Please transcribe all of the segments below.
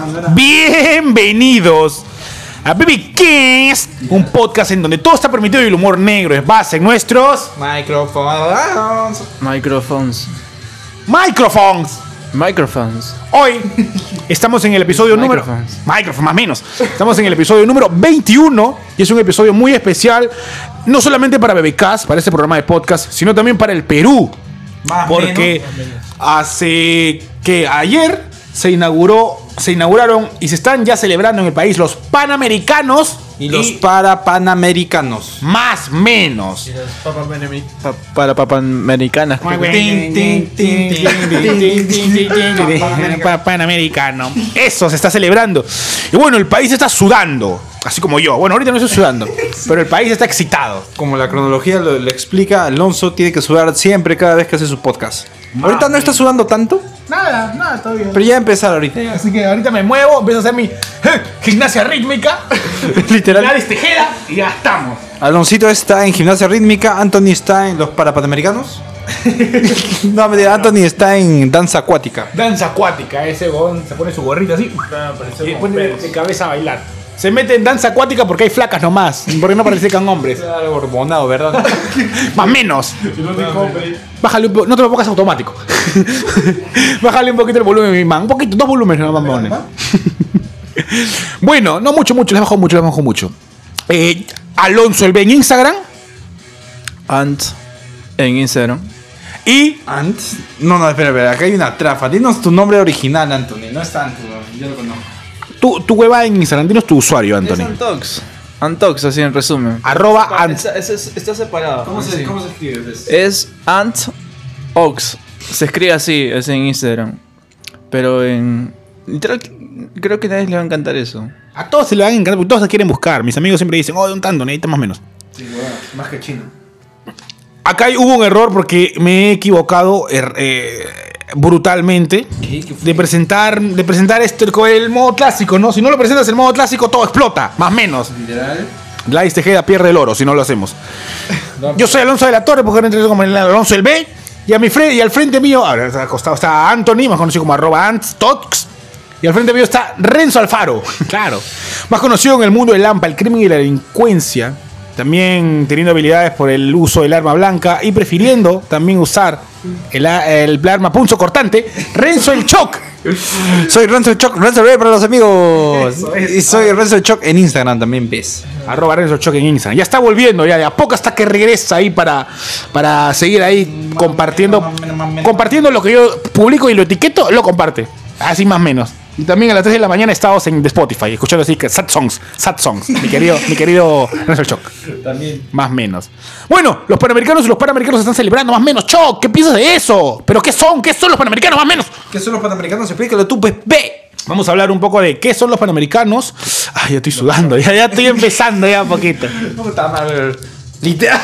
Bienvenidos a Baby Kings, un podcast en donde todo está permitido y el humor negro es base en nuestros microphones. Hoy estamos en el episodio número más menos. Estamos en el episodio número 21 y es un episodio muy especial, no solamente para BBKs, para este programa de podcast, sino también para el Perú. Porque hace que ayer se inauguraron y se están ya celebrando en el país los Panamericanos y los Parapanamericanos. Más menos. Y los Panamericanas. Panamericano. Eso se está celebrando. Y bueno, el país está sudando. Así como yo. Bueno, ahorita no estoy sudando, pero el país está excitado. Como la cronología lo explica, Alonso tiene que sudar siempre cada vez que hace su podcast. Ahorita no está sudando tanto. Nada, todavía. Pero ya empezar ahorita. Así que ahorita me muevo, empiezo a hacer mi gimnasia rítmica. Literal. Gladys Tejeda y ya estamos. Aloncito está en gimnasia rítmica, Anthony está en los Parapanamericanos. No, Anthony está en danza acuática. Danza acuática, ese gón se pone su gorrita así y pone de cabeza a bailar. Se mete en danza acuática porque hay flacas nomás, porque no parececan hombres. Algo hormonado, ¿verdad? Más menos. Bájale un poco, no te lo pongas automático. Bájale un poquito el volumen, mi man. Un poquito, 2 volúmenes nomás, mamones. Bueno, no mucho, les bajo mucho. Alonso el B en Instagram. Ant en Instagram. Y Ant. No, espera, acá hay una trafa. Dinos tu nombre original, Anthony. No está Anthony, yo lo conozco. Tu hueva en Instagram, dinos tu usuario, Anthony. Es Antox, así en resumen. Está separado. ¿Cómo se escribe? Es Antox. Se escribe así, es en Instagram. Pero en... literal, creo que a nadie le va a encantar eso. A todos se le van a encantar porque todos se quieren buscar. Mis amigos siempre dicen, un tanto, necesitas más o menos. Sí, bueno, más que chino. Acá hubo un error porque me he equivocado brutalmente de presentar el modo clásico, ¿no? Si no lo presentas el modo clásico, todo explota, más o menos. Literal. Gladys Tejeda pierde el oro si no lo hacemos. Yo soy Alonso de la Torre, porque no como el Alonso del B. Y al frente mío, ahora al costado está Anthony, más conocido como @antstox. Y al frente mío está Renzo Alfaro, claro. Más conocido en el mundo del Lampa, el crimen y la delincuencia. También teniendo habilidades por el uso del arma blanca y prefiriendo también usar el arma punzocortante, Renzo el Choc. Soy Renzo el Choc, Renzo el B para los amigos. Y soy Renzo el Choc en Instagram también, ves. @Renzo el Choc en Instagram. Ya está volviendo, ya de a poco hasta que regresa ahí para seguir ahí compartiendo lo que yo publico y lo etiqueto, lo comparte. Así más o menos. Y también a las 3 de la mañana estamos en Spotify, escuchando así que sad songs, mi querido Renzo el Choc. También. Más menos. Bueno, los Panamericanos y los Panamericanos están celebrando más menos. Choc, ¿qué piensas de eso? ¿Pero qué son? ¿Qué son los Panamericanos más menos? ¿Qué son los Panamericanos? Explícalo tú, pues, ve. Vamos a hablar un poco de qué son los Panamericanos. Ay, ya estoy sudando, ya estoy empezando ya un poquito. Puta madre. Literal.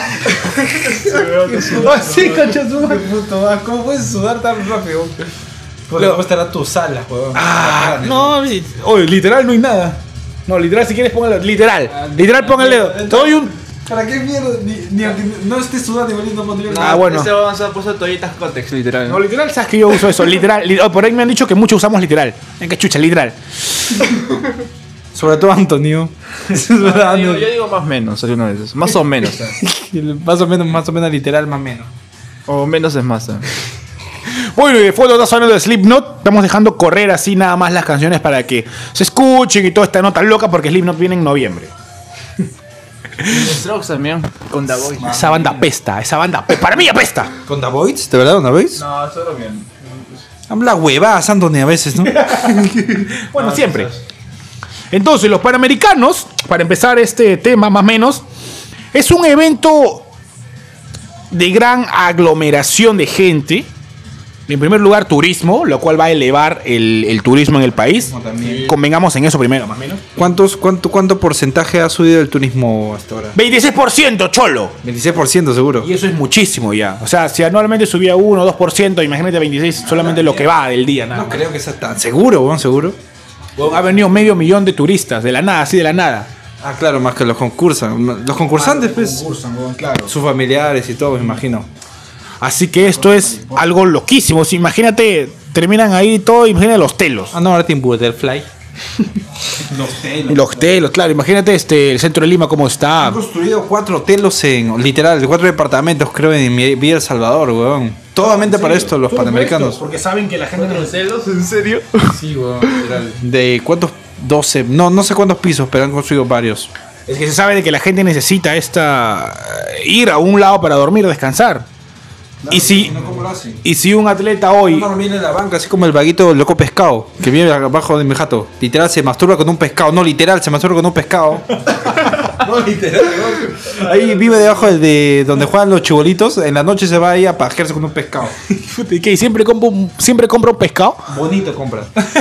Sí, concha su madre. ¿Cómo puedes sudar tan rápido? ¿Cómo estará tu sala, huevón? No, oye, literal no hay nada. No, literal, si quieres póngalo. Literal, ponga el dedo. Te doy un. ¿Para qué mierda? Ni aunque no estés sudando y valiendo material. Bueno. Este vamos a poner toallitas Cotex, literal. No, literal, sabes que yo uso eso. Literal. Por ahí me han dicho que muchos usamos literal. En que chucha, literal. Sobre todo Antonio. Yo digo más menos algunas veces. Más o menos. Más o menos literal, más o menos. O menos es más. Bueno, y de fondo está sonando de Slipknot. Estamos dejando correr así nada más las canciones para que se escuchen y toda esta nota loca porque Slipknot viene en noviembre. Strokes también. Con The Voice. Esa banda apesta, para mí apesta. ¿Con The Voids? ¿De verdad, con The Voids? No, solo bien. Habla huevadas, Anthony, a veces, ¿no? Bueno, siempre. Entonces, los Panamericanos, para empezar este tema más o menos, es un evento de gran aglomeración de gente. En primer lugar, turismo, lo cual va a elevar el turismo en el país. También. Convengamos en eso primero, más o menos. ¿Cuánto porcentaje ha subido el turismo hasta ahora? 26%, cholo. 26% seguro. Y eso es muchísimo ya. O sea, si anualmente subía 1 o 2%, imagínate 26%, solamente lo que va del día, nada. No creo que sea tan seguro, weón, seguro. Ha venido 500,000 de turistas, de la nada, así de la nada. Ah, claro, más que los concursan. Los concursantes, pues. Concursan, claro. Sus familiares y todo, me imagino. Así que esto es algo loquísimo. Si imagínate, terminan ahí todo, imagínate los telos. Ah, no, ahora Team Butterfly. Y los telos, claro. Imagínate el centro de Lima cómo está. Han construido 4 telos literal, 4 departamentos, creo, en Villa El Salvador, weón. Totalmente para esto, los panamericanos. Porque saben que la gente no celos? ¿En serio? Sí, weón, literal. ¿De cuántos? 12, no sé cuántos pisos, pero han construido varios. Es que se sabe de que la gente necesita ir a un lado para dormir, descansar. Claro, ¿cómo lo hacen? Y si un atleta hoy... Uno viene en la banca, así como el vaguito loco pescado, que viene abajo de mi jato. Literal se masturba con un pescado. No, literal, se masturba con un pescado. No, literal. No. Ahí vive debajo de donde juegan los chibolitos. En la noche se va ahí a pajearse con un pescado. ¿Y qué? ¿Siempre compra un pescado? Bonito compra.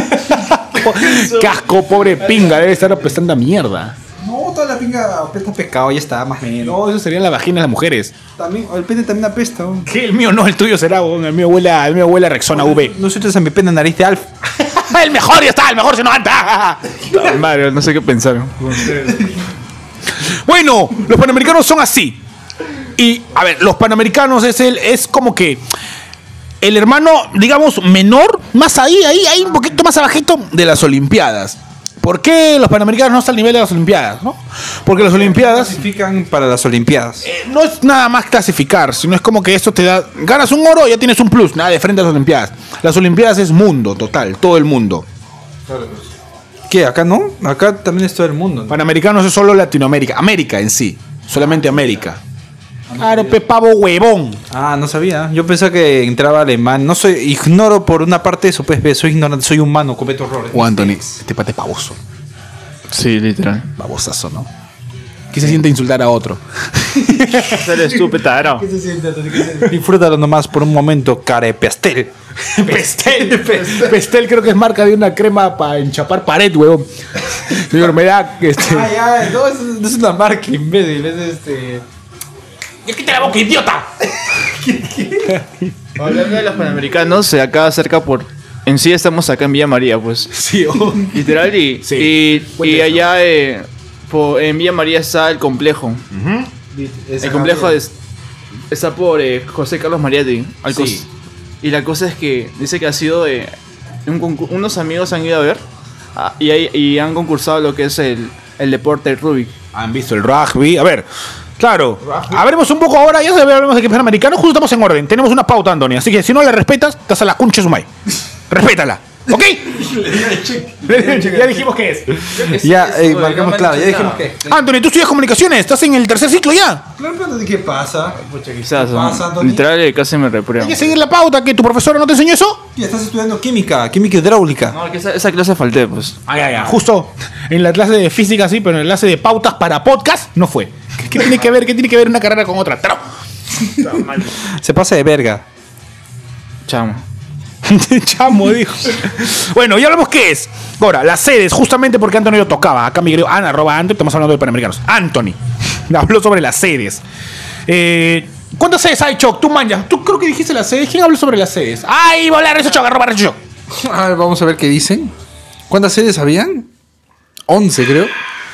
Casco, pobre pinga, debe estar apestando a mierda. No, toda la pinga apesta pescado, ya está, más bien. No, eso serían las vaginas de las mujeres. También, el pene también apesta. ¿No? ¿Qué? El mío no, el tuyo será, el mío huele a Rexona V. No sueltes a mi pene nariz de Alf. El mejor ya está, el mejor se nos anda. Mario, no sé qué pensar. Bueno, los panamericanos son así. Y, a ver, los panamericanos es como que el hermano, digamos, menor, más ahí, un poquito más abajito de las Olimpiadas. ¿Por qué los panamericanos no están al nivel de las Olimpiadas? ¿No? Porque las Olimpiadas... Clasifican para las Olimpiadas. No es nada más clasificar, sino es como que esto te da... Ganas un oro, ya tienes un plus, nada de frente a las Olimpiadas. Las Olimpiadas es mundo, total, todo el mundo. ¿Qué? ¿Acá no? Acá también es todo el mundo, ¿no? Panamericanos es solo Latinoamérica, América en sí, solamente América. Claro, pavo huevón. Ah, no sabía. Yo pensaba que entraba alemán. No soy, ignoro por una parte eso, pues, soy ignorante, soy humano, cometo errores. O Anthony, este pate es baboso. Sí, literal. Babosazo, ¿no? ¿Qué se siente insultar a otro? Eres tú, petaro. ¿Qué se siente? Disfrútalo nomás por un momento, carepestel. Pestel creo que es marca de una crema para enchapar pared, huevón. Señor, me da no, es una marca imbécil, es ¡Ya quita la boca, idiota! Hablando de los panamericanos, acá cerca en sí estamos acá en Villa María, pues. Sí, literal, Sí. y allá en Villa María está el complejo. El complejo está por José Carlos Mariátegui. Sí. Y la cosa es que dice que ha sido unos amigos han ido a ver y han concursado lo que es el deporte del rugby. Han visto el rugby. A ver, claro. Hablemos un poco ahora. Ya hablamos de que es americano. Justo estamos en orden. Tenemos una pauta, Antonio. Así que si no la respetas, estás a la concha de su madre. Respétala. ¿Ok? Ya dijimos que es. Ya, marcamos claro, ya dijimos que es. Anthony, tú estudias comunicaciones. Estás en el tercer ciclo ya. Claro, pero ¿qué pasa? Quizás, ¿Qué pasa, Anthony? literal, casi me repruebo. Hay que seguir la pauta. ¿Que tu profesora no te enseñó eso? Ya estás estudiando química hidráulica. No, que esa clase falté, pues. Ya. Justo en la clase de física sí, pero en la clase de pautas para podcast no fue. ¿Qué tiene que ver una carrera con otra? Se pasa de verga. Chamo. Chamo, dijo. Bueno, ya hablamos qué es. Ahora, las sedes, justamente porque Anthony lo tocaba. Acá mi querido @Anthony, estamos hablando de panamericanos. Anthony habló sobre las sedes. ¿Cuántas sedes hay, Choc? Tú manjas. Tú creo que dijiste las sedes. ¿Quién habló sobre las sedes? ¡Ay, va a hablar eso, Choc! ¡Arroba eso, Choc! A ver, vamos a ver qué dicen. ¿Cuántas sedes habían? 11, creo.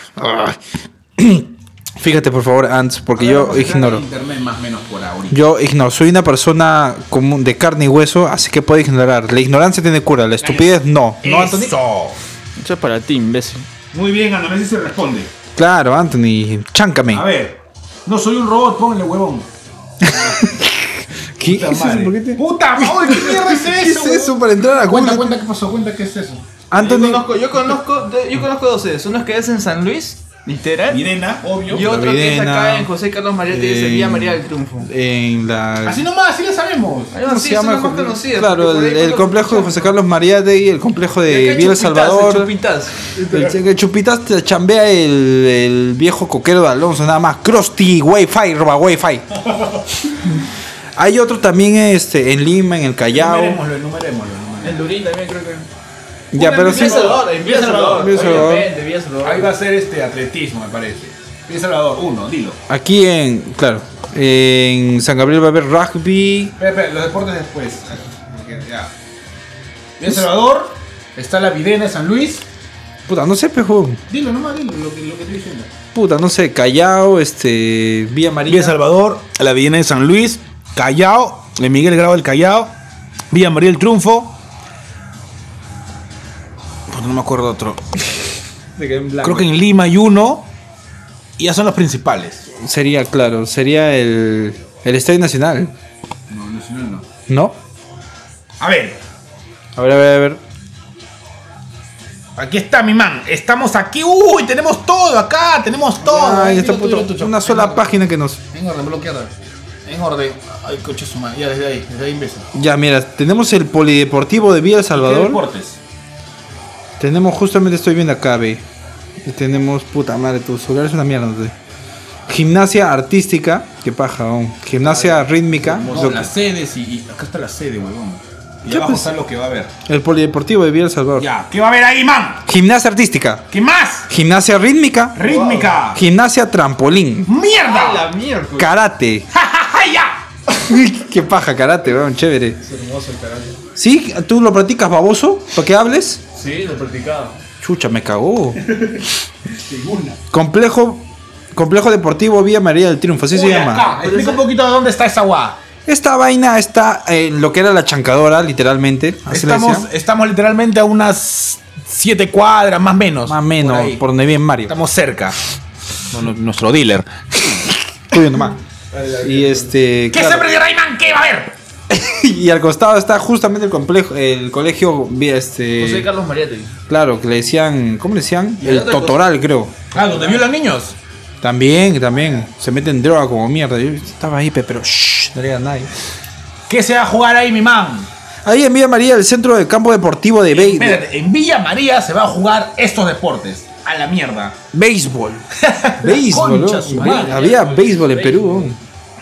Fíjate, por favor, Ants, porque yo ignoro. Internet más o menos por ahorita. Yo ignoro. Soy una persona común de carne y hueso, así que puedo ignorar. La ignorancia tiene cura, la estupidez no. ¿No, Anthony? Eso. Eso es para ti, imbécil. Muy bien, Ana, a ver si se responde. Claro, Anthony, cháncame. A ver, no soy un robot, pónganle huevón. ¿Qué? Puta madre. Puta madre, ¿qué mierda es ¿Qué eso? es eso para entrar a Google? Cuenta qué pasó, cuenta qué es eso. Anthony, Yo conozco dos sedes. Uno es que es en San Luis, literal. Mirena, obvio. Y otro que es Videna, acá en José Carlos Mariátegui, de Villa María del Triunfo. en la... Así nomás, así lo sabemos. ¿Cómo se llama? Son las más conocidas, Claro, porque por ahí el cuando complejo de escuchamos. José Carlos Mariátegui, el complejo de Villa El Salvador. Chupitas. El Chupitas te chambea el viejo coquero de Alonso, nada más. Krusty, Wi-Fi, roba Wi-Fi. Hay otro también en Lima, en el Callao. Enumerémoslo. En Lurín también creo que. Ya, pero sí. En Villa Salvador. Villa Salvador. Obviamente, Villa Salvador. Ahí va a ser atletismo, me parece. Villa Salvador, 1, dilo. Aquí claro, en San Gabriel va a haber rugby. Espera, los deportes después. Ya. Villa Salvador, está la Videna de San Luis. Puta, no sé, pejo. Dilo nomás, dilo lo que estoy diciendo. Puta, no sé, Callao, Villa María. Villa Salvador, la Videna de San Luis, Callao, el Miguel Grau del Callao, Villa María del Triunfo. No me acuerdo otro. Me quedé en blanco. Creo que en Lima hay uno. Y ya son los principales. Sería, claro, sería el Estadio Nacional. No, nacional no. ¿No? A ver. A ver. Aquí está mi man. Estamos aquí. Uy, tenemos todo acá. Tenemos todo. Ay, está Dilo tú, puto. dilo tú, Una sola página que nos... En orden, bloqueada. En orden. Ay, coche su madre. Ya, desde ahí, imbécil. Ya, mira, tenemos el Polideportivo de Villa El ¿Qué Salvador. deportes? Tenemos, justamente estoy viendo acá, ve. Y tenemos, puta madre, tu celular es una mierda, no sé. Gimnasia artística, qué paja, weón. Gimnasia rítmica. No, las sedes y acá está la sede, huevón. Y ¿Qué abajo pues? está lo que va a haber. El Polideportivo de Villa El Salvador. Ya, ¿qué va a haber ahí, man? Gimnasia artística. ¿Qué más? Gimnasia rítmica. Rítmica. Gimnasia trampolín. ¡Mierda! La mierda. Karate. ¡Ja, ja, ja, ya! Qué paja, karate, weón, chévere. Es hermoso el karate. ¿Sí? ¿Tú lo practicas, baboso? ¿Para qué hables? Sí, lo practicaba. Chucha, me cagó. Complejo Deportivo Villa María del Triunfo, así se Uy, llama. acá. Explica un poquito de dónde está esa guá. Esta vaina está en lo que era la chancadora, literalmente. Así le decían. Estamos literalmente a unas 7 cuadras, más o menos. Más o menos, ahí. por donde viene Mario. Estamos cerca. Nuestro dealer. Tuyo nomás. Y ¿Qué claro, se perdió, Rayman? ¿Qué va a haber? y al costado está justamente el colegio, José Carlos Mariátegui. claro, que le decían, ¿cómo le decían? Y El otra cosa. Totoral, creo. Ah, donde violan niños. También. Se meten droga como mierda. Yo estaba ahí, pero shh, no le digan a nadie. ¿Qué se va a jugar ahí, mi man? Ahí en Villa María, el centro de campo deportivo de béisbol. Espérate, en Villa María se va a jugar estos deportes. A la mierda. Béisbol. Béisbol, Concha ¿no? su madre. Había béisbol en Perú. ¿no?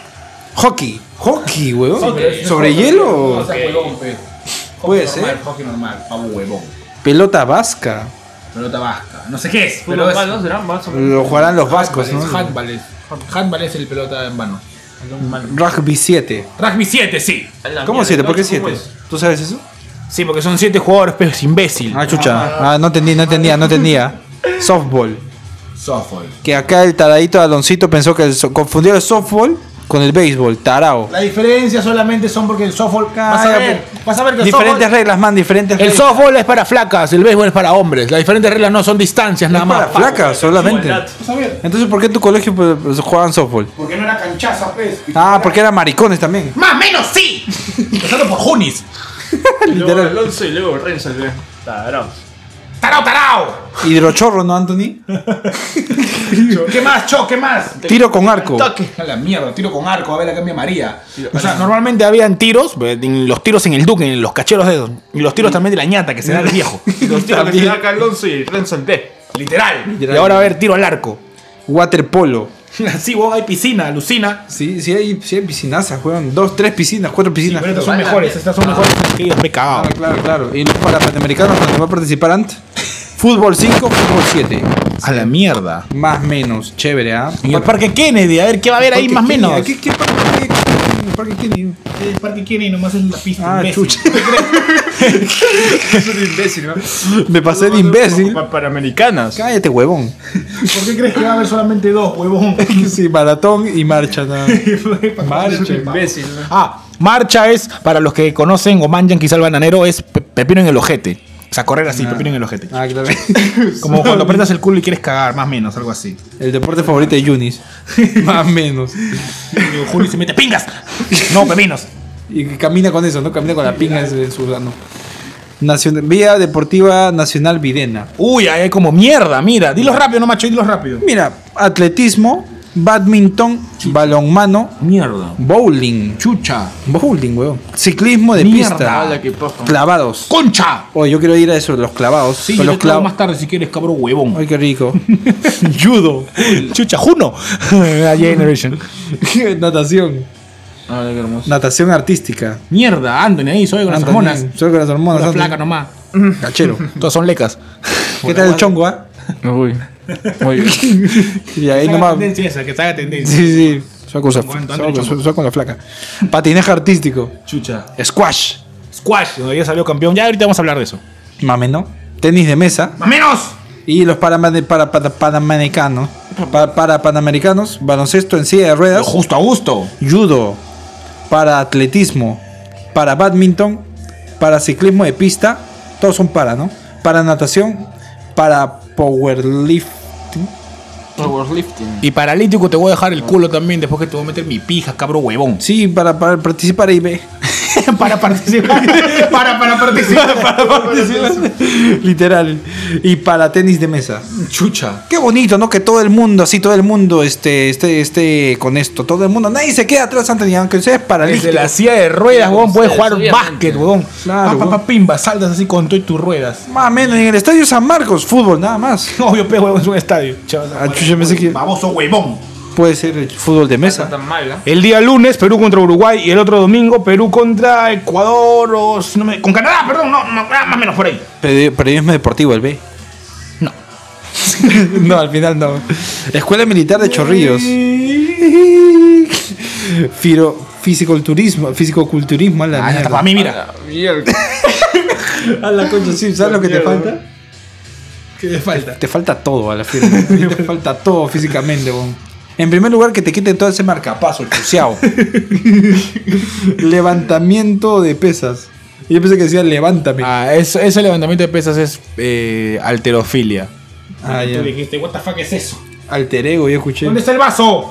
Hockey, weón. ¿Sobre hielo? No seas huevón, pe. Puede Hockey ser. normal, hockey normal, pavo huevón. Pelota vasca. Pelota vasca. No sé qué es, pero Pero es. ¿no será más o menos? Lo jugarán los vascos, handball, ¿no? es handball es. Handball es el pelota en vano. Rugby 7. Rugby 7, sí. A la ¿Cómo mierda, 7? ¿Por qué ¿cómo 7? es? ¿Tú sabes eso? Sí, porque son 7 jugadores, pero es imbécil. Ah, chucha. Ah, no entendía. Softball. Softball. Que acá el taradito de Aloncito pensó que confundió el softball con el béisbol. Tarao. La diferencia solamente son porque el softball. Vas a ver que el Diferentes softball. reglas, man, diferentes El reglas. softball es para flacas, el béisbol es para hombres. Las diferentes reglas no son distancias, nada más. Para flacas solamente. Buen dato. Vas a ver. Entonces, ¿por qué en tu colegio pues, jugaban softball? Porque no era canchaza, pues. Ah, porque eran maricones también. Más o menos sí. Empezando por Junis. Y luego Literal. Alonso y luego Renzo. Tarao. Tarao. Hidrochorro, ¿no, Anthony? ¿Qué más, Cho? ¿Qué más? Tiro con arco. Toque. A la mierda, tiro con arco, a ver acá en Villa María. O sea, normalmente habían tiros, los tiros en el Duque, en los cacheros de esos. Y los tiros también de la ñata que se da el viejo. Los tíos que tienen acá Alonso y Renzo en T. Literal. Y ahora a ver, tiro al arco. Waterpolo. Sí, vos hay piscina, alucina. Sí hay piscinazas, juegan 2, 3 piscinas, 4 piscinas. Pero estas son mejores, estas son mejores que ellos me he cagado. Claro. Y para Panamericanos, cuando va a participar antes. Fútbol 5, fútbol 7. A la mierda. Más menos, chévere, ¿ah? En el Parque Kennedy, a ver qué va a haber ahí más o menos. ¿Qué parque Kennedy? El Parque Kennedy nomás es la pista. Ah, imbécil. chucha. Es un imbécil, ¿no? Me pasé de imbécil. Para americanas. Cállate, huevón. ¿Por qué crees que va a haber solamente dos, huevón? Sí, maratón y marcha. Nada. Marcha. Imbécil, ¿no? Ah, marcha es, para los que conocen o manjan quizá el bananero, es pepino en el ojete. O sea, correr así, pepino en el ojete. Ah, claro. Como cuando apretas el culo y quieres cagar, más o menos, algo así. El deporte favorito de Yunis. Más o menos. Y Juli se mete pingas. No, pepinos. Y camina con eso, ¿no? Camina con la pinga en su mano. Vía Deportiva Nacional Videna. Uy, ahí hay como mierda, mira. Dilo rápido, no macho, dilo rápido. Mira, atletismo, badminton, balonmano, Mierda. bowling. Chucha. Bowling, weón. Ciclismo de Mierda. pista. Hala, qué paja. Clavados. ¡Concha! Oye, yo quiero ir a eso, los clavados. Sí, Pero yo los te clavo más tarde si quieres, cabrón huevón. Ay, qué rico. Judo. Chucha, Juno. La Generation. Natación. Hala, qué hermoso. Natación artística. Mierda, Anthony ahí, soy con las Anthony, hormonas. Soy con las hormonas. Una Anthony. flaca nomás. Cachero. Todas son lecas. ¿Qué tal el chongo, ah? Uy. Muy bien. Y ahí nomás. tendencia esa, que se haga tendencia. Sí. Soy con, ¿Cuánto anda el chongo? soy con la flaca. Patinaje artístico. Chucha. Squash. Squash, donde ya salió campeón. Ya ahorita vamos a hablar de eso. Mame, ¿no? Tenis de mesa. ¡Más menos! Y los panamericanos. Para panamericanos. Baloncesto en silla de Lo ruedas. justo a gusto. Judo. Para atletismo. Para badminton. Para ciclismo de pista. Todos son para, ¿no? para natación, para powerlifting. Powerlifting. Y paralítico te voy a dejar el culo también después que te voy a meter mi pija, cabro huevón. Sí, para participar ahí, ve. para participar. para participar. Literal. Y para tenis de mesa. Chucha. Qué bonito, ¿no? Que todo el mundo, así, todo el mundo esté con esto. Todo el mundo, nadie se queda atrás, Anthony, aunque seas paralítico. Desde la silla de ruedas, huevón, puedes jugar obviamente. básquet, huevón. Claro, Pa, pimba, saltas así con todas tus ruedas. Más o menos, en el Estadio San Marcos, fútbol, nada más. Obvio, pe, huevón, es un estadio. Chaval, Ah, chucha, pensé que baboso huevón. puede ser el fútbol de mesa. Tan mal, ¿eh? El día lunes, Perú contra Uruguay. Y el otro domingo, Perú contra Ecuador o... si no me- con Canadá, perdón, no, más o menos por ahí. Periodismo deportivo, el B. No. No, al final no. Escuela Militar de Chorrillos. Fisicoculturismo, a la Ah, mierda. para mí, mira. A la concha, sí, ¿sabes lo que te falta? ¿Qué le falta? Te falta todo a la firma. Te falta todo físicamente, bon. En primer lugar, que te quiten todo ese marcapaso, el chuseado. Levantamiento de pesas. Yo pensé que decía levántame. Ah, ese levantamiento de pesas es halterofilia. Ah, Tú ya. dijiste, what the fuck es eso? Alter ego, yo escuché. ¿Dónde está el vaso?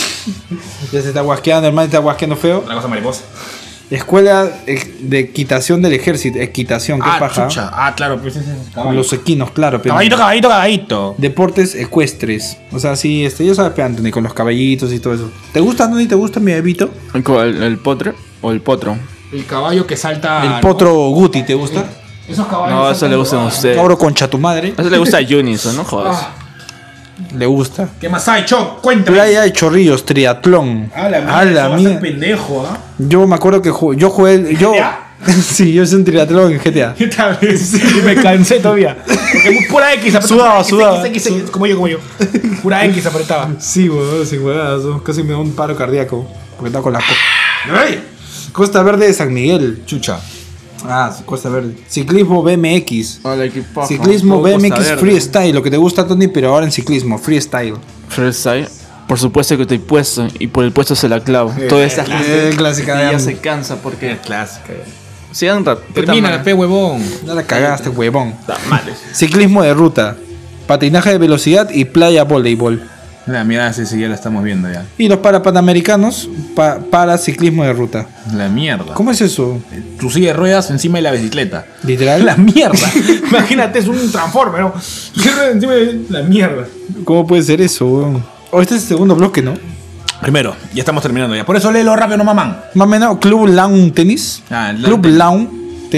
Ya se está guasqueando, hermano, está guasqueando feo. La cosa mariposa. Escuela de equitación del ejército. Equitación, qué paja. chucha. Ah, claro, pues ese es Con los equinos, claro. Pero caballito. deportes ecuestres. O sea, sí, ya sabes, pe, Anthony, con los caballitos y todo eso. ¿Te gusta, Anthony? ¿Te gusta mi bebito? ¿El potre o el potro? El caballo que salta. El potro Guti, ¿te gusta? Esos caballos. No, eso le gusta a usted. Cabro concha tu madre. Eso le gusta a Junison, no jodas. Le gusta. ¿Qué más hay, Choc? Cuéntame. Playa de Chorrillos, triatlón. A la mierda. mía. Pendejo, ¿ah? Yo me acuerdo que yo jugué. GTA? Sí, yo hice un triatlón en GTA. ¿Qué tal? Y me cansé todavía. Porque pura X apretaba. Sudaba. X, como yo. Pura X apretaba. Sí, weón, sin huevadas. Casi me da un paro cardíaco. Porque estaba con la Costa Verde de San Miguel. Chucha. Ah, Costa Verde. Ciclismo BMX. Hola, qué paja. Ciclismo Todo Costa BMX Verde. freestyle. Lo que te gusta, Tony, pero ahora en ciclismo. Freestyle. Freestyle. Por supuesto que estoy puesto y por el puesto se la clavo. Toda esa gente clásica que de ya Am- se cansa porque Clásica. sigan rap. Termina la P, huevón. Ya la cagaste, huevón. Madre. Ciclismo de ruta. Patinaje de velocidad y playa voleibol. La mierda, sí, ya la estamos viendo ya. Y los parapanamericanos para ciclismo de ruta. La mierda. ¿Cómo es eso? Tu silla de ruedas encima de la bicicleta. ¿Literal? La mierda. Imagínate, es un transformer, ¿no? Silla de ruedas encima de la mierda. ¿Cómo puede ser eso, weón? Oh, este es el segundo bloque, ¿no? Primero, ya estamos terminando ya. Por eso léelo rápido, no mamán. Más o menos, Club Lawn Tenis. Ah, el Club tenis. Lawn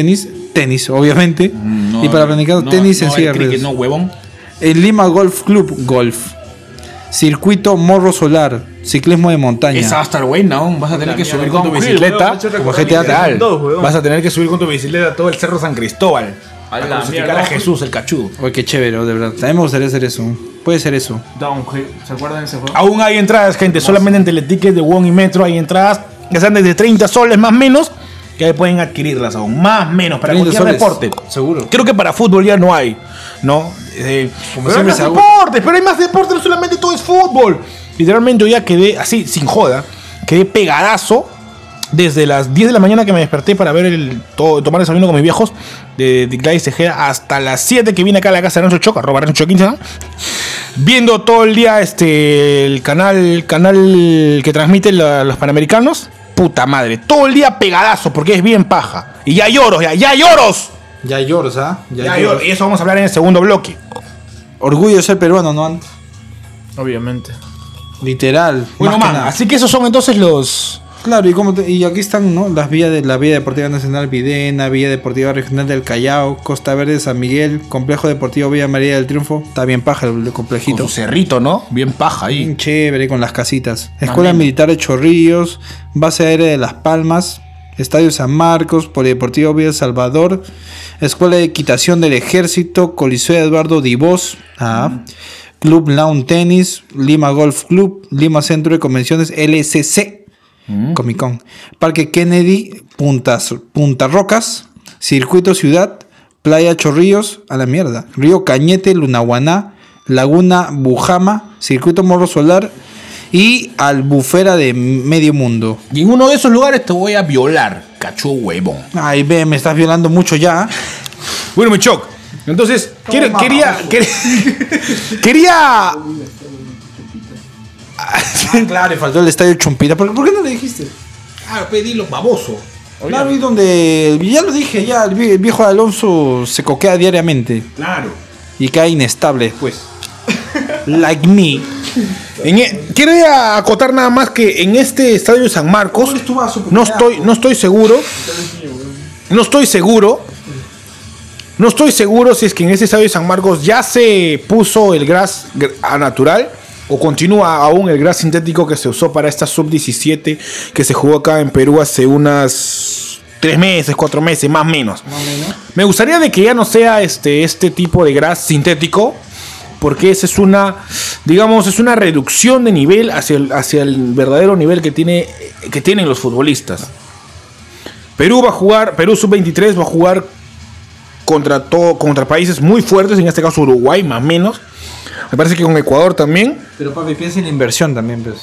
Tenis, obviamente. No, y para practicar tenis en no, silla de el cricket, ruedas. no, huevón. El Lima Golf Club Golf. Circuito Morro Solar. Ciclismo de montaña. Esa va a estar buena, ¿no? Vas a tener que subir con tu bicicleta. Como GTA Literal. Dos, huevón. Vas a tener que subir con tu bicicleta todo el Cerro San Cristóbal. A Para la crucificar mierda. a Jesús, el cachudo. Oye, qué chévere, de verdad. También me gustaría hacer eso. Puede ser eso. Downhill. ¿Se acuerdan de ese juego? Aún hay entradas, gente. Solamente en Teleticket de Won y Metro hay entradas que sean desde 30 soles más menos. Que ahí pueden adquirirlas aún. Más menos para 30 cualquier soles. deporte. Seguro. Creo que para fútbol ya no hay, ¿no? Como Pero hay siempre más se hago. deportes, pero hay más deportes, no solamente todo es fútbol. Literalmente yo ya quedé así, sin joda, quedé pegadazo desde las 10 de la mañana que me desperté para ver tomar desayuno con mis viejos de Gladys Tejeda hasta las 7 que vine acá a la casa de Rancho Choca, arroba Rancho 15, ¿no? Viendo todo el día el canal que transmite los Panamericanos. Puta madre, todo el día pegadazo porque es bien paja. Y ya lloros, ya lloros. Ya lloros, ¿ah? Ya lloros. Y eso vamos a hablar en el segundo bloque. Orgullo de ser peruano, ¿no? Obviamente. Literal. Bueno, más que man, nada. así que esos son entonces los... Claro, y aquí están, ¿no? La Vía Deportiva Nacional Videna, Villa Deportiva Regional del Callao, Costa Verde de San Miguel, Complejo Deportivo Villa María del Triunfo. Está bien paja el Con complejito. su cerrito, ¿no? Bien paja ahí. Bien chévere con las casitas. Escuela Militar de Chorrillos, Base Aérea de Las Palmas, Estadio San Marcos, Polideportivo Villa Salvador, Escuela de Equitación del Ejército, Coliseo Eduardo Divós, Club Lawn Tenis, Lima Golf Club, Lima Centro de Convenciones LCC, Comic Con, Parque Kennedy, Punta Rocas, Circuito Ciudad, Playa Chorrillos, a la mierda, Río Cañete, Lunahuaná, Laguna Bujama, Circuito Morro Solar y Albufera de Medio Mundo. Y en uno de esos lugares te voy a violar, cacho huevón. Ay, ve, me estás violando mucho ya. Bueno, mi choc, Entonces, quería Claro, le faltó el estadio Chumpita. ¿Por qué no le dijiste? pedilo baboso. Claro, y donde. Ya lo dije, ya. El viejo Alonso se coquea diariamente. Claro. Y cae inestable después. Like me. Quería acotar nada más que en este estadio de San Marcos no estoy seguro si es que en este estadio de San Marcos ya se puso el gras natural o continúa aún el gras sintético que se usó para esta sub-17 que se jugó acá en Perú hace unas 3 meses, 4 meses, más o menos. Me gustaría de que ya no sea este tipo de gras sintético, porque esa es una, digamos, es una reducción de nivel hacia el verdadero nivel que tienen los futbolistas. Perú sub-23 va a jugar contra países muy fuertes, en este caso Uruguay, más o menos. Me parece que con Ecuador también. Pero papi, piensa en la inversión también, pues.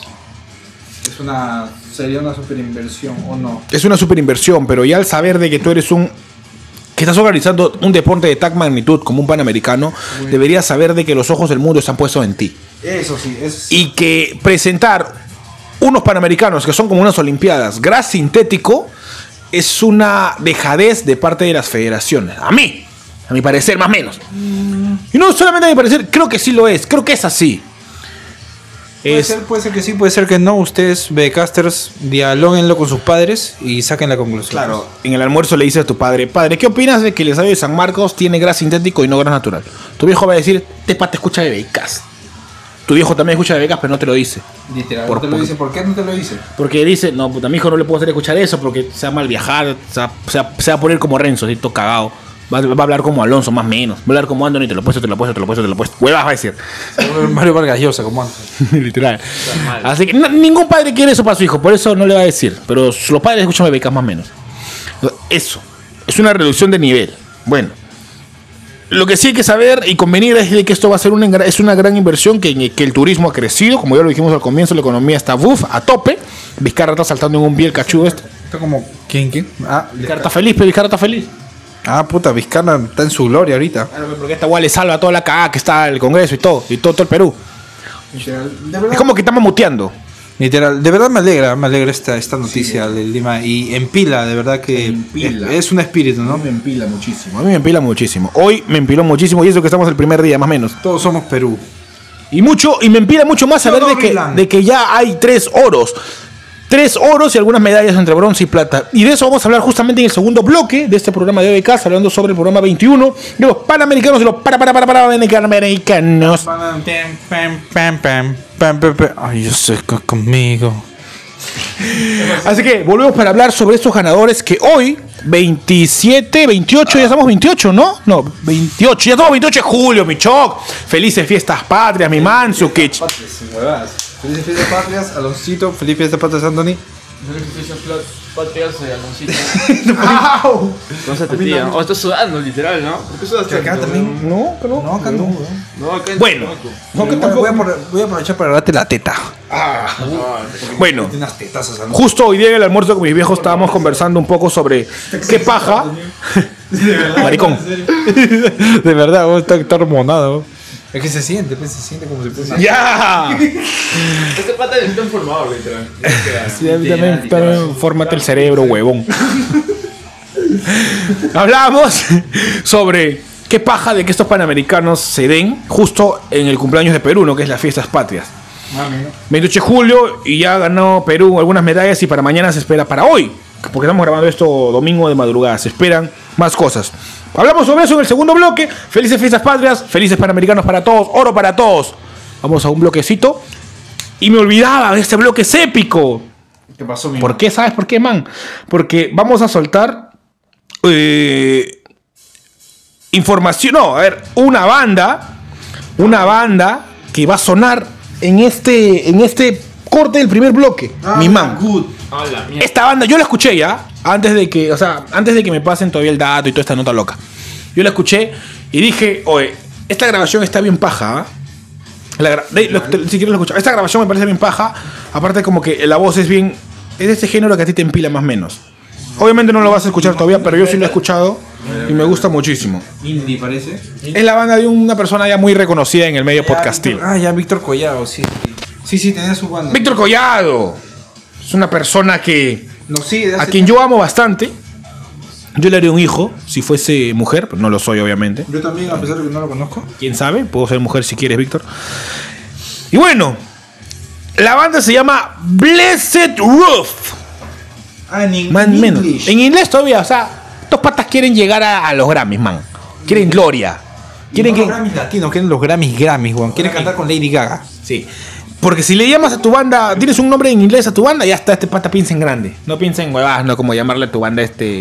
Sería una super inversión, ¿o no? Es una super inversión, pero ya al saber de que tú eres que estás organizando un deporte de tal magnitud como un Panamericano, deberías saber de que los ojos del mundo están puestos en ti. Eso sí. Y que presentar unos Panamericanos que son como unas Olimpiadas, gras sintético, es una dejadez de parte de las federaciones. A mi parecer, más o menos. Y no solamente a mi parecer, creo que sí lo es. Creo que es así. Puede ser que sí, puede ser que no. Ustedes, becasters, dialóguenlo con sus padres y saquen la conclusión. Claro, en el almuerzo le dices a tu padre, ¿qué opinas de que el estadio de San Marcos tiene gras sintético y no gras natural? Tu viejo va a decir, te escucha de becas. Tu viejo también escucha de becas, pero no te lo dice. Literal, no te lo dice. ¿Por qué no te lo dice? Porque dice, no, puta, a mi hijo no le puedo hacer escuchar eso porque se va a mal viajar, se va a poner como Renzo, así todo cagado. Va a hablar como Alonso, más o menos. Va a hablar como Anthony, te lo he puesto. Huevas va a decir. Mario Vargas Llosa, como Anthony. Literal. Así que ningún padre quiere eso para su hijo, por eso no le va a decir. Pero los padres escuchan becas más o menos. Eso. Es una reducción de nivel. Bueno. Lo que sí hay que saber y convenir es de que esto va a ser una gran inversión, que el turismo ha crecido. Como ya lo dijimos al comienzo, la economía está a tope. Vizcarra está saltando en un pie el cachudo este. Está como... ¿Quién? Vizcarra está feliz, pero Vizcarra está feliz. Puta, Vizcarra está en su gloria ahorita. Claro, porque esta guay le salva toda la cagada que está el Congreso y todo el Perú. Es como que estamos muteando. Literal, de verdad me alegra esta noticia del Lima. Y empila, de verdad que es un espíritu, ¿no? A mí me empila muchísimo. Hoy me empiló muchísimo y eso que estamos el primer día, más o menos. Todos somos Perú. Y me empila mucho más saber de que ya hay 3 oros. 3 oros y algunas medallas entre bronce y plata. Y de eso vamos a hablar justamente en el segundo bloque de este programa de OBK, hablando sobre el programa 21 de los Panamericanos y los Panamericanos. Ay, yo sé que conmigo. Así que volvemos para hablar sobre estos ganadores que hoy, 27, 28, ya estamos 28, ¿no? No, 28, ya estamos 28 de julio, mi choc. Felices fiestas patrias, mi Mansukic. Felices fiestas patrias, Aloncito. Felices fiestas patrias, Anthony. Felices fiestas patrias, Aloncito. ¡Au! No se te tía. O estás sudando, literal, ¿no? ¿Por qué sudas Acá también. No, que no. No, acá no. No, acá en Bueno. Tumaco. No, que Voy a aprovechar para darte la teta. Bueno, Tiene unas tetazas, ¿no? justo hoy día en el almuerzo con mis viejos estábamos conversando un poco sobre qué paja. Maricón. De verdad, vos estás hormonado. Es que se siente como si fuese. ¡Ya! Este pata necesita un formador, literal. Sí, también fórmate el cerebro, huevón. Hablamos sobre qué paja de que estos panamericanos se den justo en el cumpleaños de Perú, ¿no? Que es las fiestas patrias. 28 de julio y ya ganó Perú algunas medallas y para mañana se espera, para hoy, porque estamos grabando esto domingo de madrugada, se esperan más cosas. Hablamos sobre eso en el segundo bloque. Felices fiestas patrias, felices Panamericanos para todos, oro para todos. Vamos a un bloquecito. Y me olvidaba de este bloque, es épico. ¿Qué pasó, mi ¿Por qué? ¿Sabes por qué, man? Porque vamos a soltar información. No, a ver, una banda que va a sonar en este corte del primer bloque. Mi man. Esta banda, yo la escuché ya. Antes de que me pasen todavía el dato y toda esta nota loca. Yo la escuché y dije, oye, esta grabación está bien paja. Si quieres lo escuchar. Esta grabación me parece bien paja. Aparte como que la voz es bien... Es de este género que a ti te empila más o menos. Obviamente no lo vas a escuchar todavía, pero yo sí lo he escuchado. Y me gusta muchísimo. Indie parece. Es la banda de una persona ya muy reconocida en el medio podcastil. Ya Víctor Collado, sí. Sí, tenía su banda. Víctor Collado. Es una persona que No, sí, de a hace quien tiempo. yo amo bastante. Yo le haría un hijo si fuese mujer, pero no lo soy obviamente. Yo también, a pesar de que no lo conozco. ¿Quién sabe? Puedo ser mujer si quieres, Víctor. Y bueno, la banda se llama Blessed Roof. Más o menos. En inglés todavía, o sea, estos patas quieren llegar a los Grammys, man. Quieren gloria. Quieren Los que... Grammys latinos, quieren los Grammys, weón. Quieren cantar con Lady Gaga. Sí. Porque si le llamas a tu banda, tienes un nombre en inglés a tu banda, ya está, este pata piensa en grande. No piensa en huevadas, no como llamarle a tu banda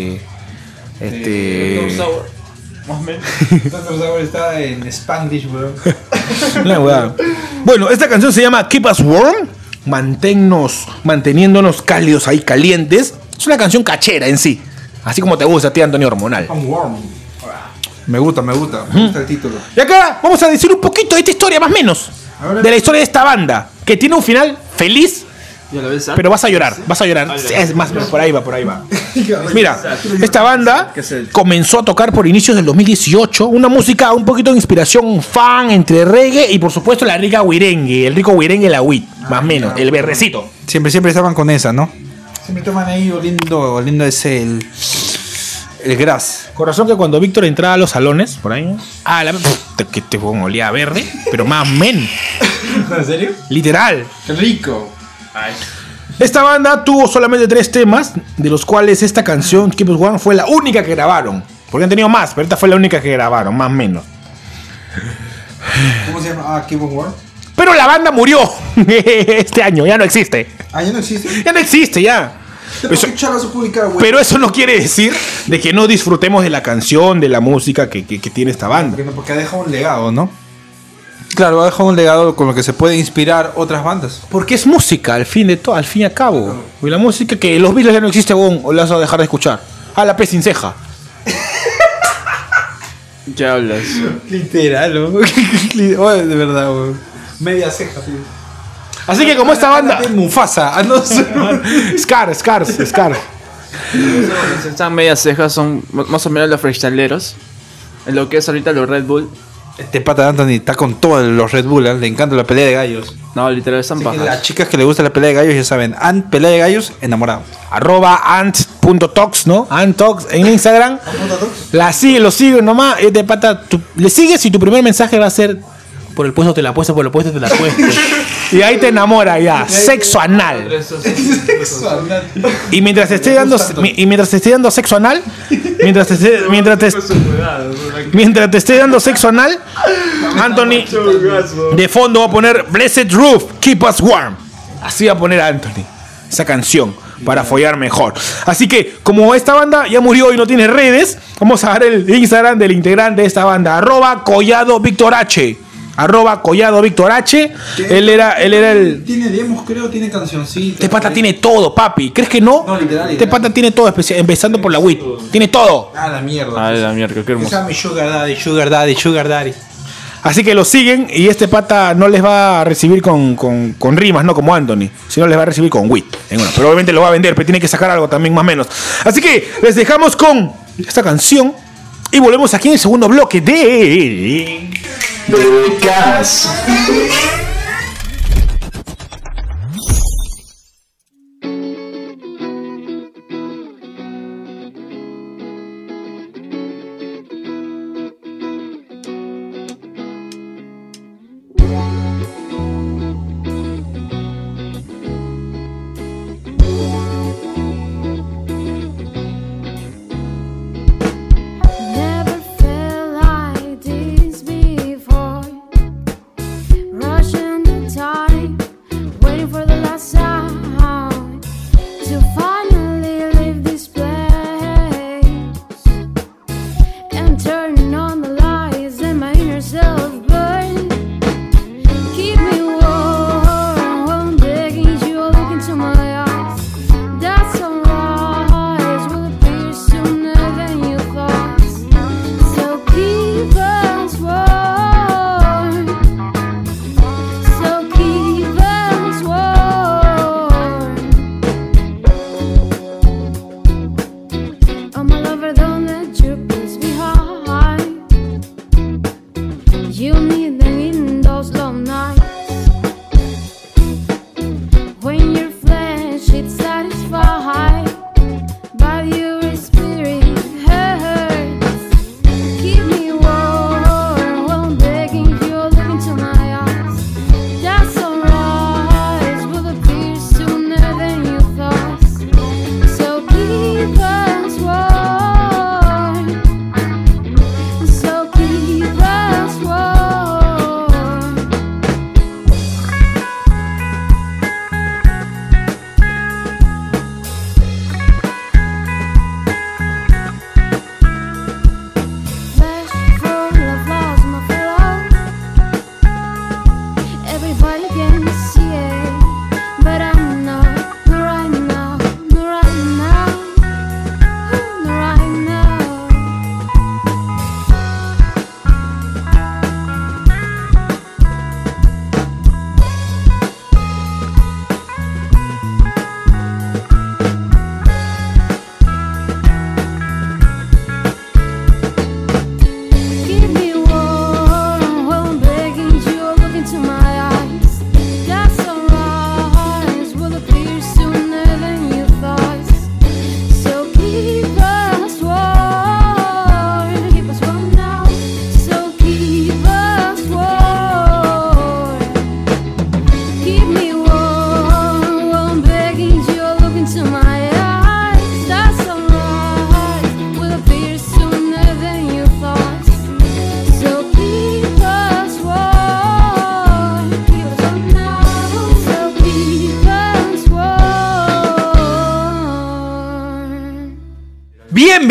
Más o menos. Dr. Sauer está en Spanglish, weón. Una huevada. Bueno, esta canción se llama Keep Us Warm. Manteniéndonos cálidos ahí, calientes. Es una canción cachera en sí. Así como te gusta a ti, Antonio Hormonal. I'm warm. Me gusta el título. Y acá vamos a decir un poquito de esta historia, más o menos. De la historia de esta banda. Que tiene un final feliz. ¿Ya lo ves? Pero vas a llorar. Es más, por ahí va. Mira, esta banda comenzó a tocar por inicios del 2018. Una música un poquito de inspiración fan entre reggae y por supuesto la rica huirengue. El rico huirengue, la huit, más o menos. El berrecito. Siempre estaban con esa, ¿no? Siempre estaban ahí oliendo ese el gras. Corazón que cuando Víctor entraba a los salones, por ahí, que te olía a verde, pero más men. ¿En serio? Literal. Qué rico. Esta banda tuvo solamente 3 temas, de los cuales esta canción, Keep Us Warm, fue la única que grabaron. Porque han tenido más, pero esta fue la única que grabaron, más o menos. ¿Cómo se llama? Keep Us Warm. Pero la banda murió este año, ya no existe. Ya no existe. Ya no existe, ya. Pero eso no quiere decir de que no disfrutemos de la canción, de la música que tiene esta banda. Porque ha dejado un legado, ¿no? Claro, ha dejado un legado con lo que se puede inspirar otras bandas. Porque es música, al fin y al cabo. Y la música que los Beatles ya no existe, o la vas a dejar de escuchar. La pez sin ceja. Ya hablas. Literal, ¿no? Oye, de verdad, weón. Media ceja, tío. Así que como esta banda... Mufasa, no sé. Scar. Estas medias cejas son más o menos los freestyleros. En lo que es ahorita los Red Bull. Este pata de Anthony está con todos los Red Bull, le encanta la pelea de gallos. No, literal, están Así que bajas. las chicas que le gusta la pelea de gallos ya saben, pelea de gallos, enamorado. @ant.talks, ¿no? Anttalks en Instagram. Lo sigue nomás. Este pata, le sigues y tu primer mensaje va a ser: por el puesto te la puesto, por el puesto te la puesto. Y ahí te enamora ya. Sexo anal. Y mientras te esté dando sexo anal, mientras te esté dando sexo anal, Anthony de fondo va a poner Blessed Roof, Keep Us Warm. Así va a poner Anthony esa canción para follar mejor. Así que como esta banda ya murió y no tiene redes, vamos a dar el Instagram del integrante de esta banda, @Collado Víctor H. @Collado Víctor H. Él era el... Tiene demos, creo, tiene cancioncitas. Este pata tiene todo, papi. ¿Crees que no? No, literal. Este pata tiene todo, empezando por la WIT. Tiene todo. La mierda. Ah, la mierda, qué hermoso. Esa es mi sugar daddy. Así que lo siguen y este pata no les va a recibir con rimas, no como Anthony, sino les va a recibir con WIT. Pero obviamente lo va a vender, pero tiene que sacar algo también más o menos. Así que les dejamos con esta canción y volvemos aquí en el segundo bloque de... Podcast. Never felt like this before. Rushing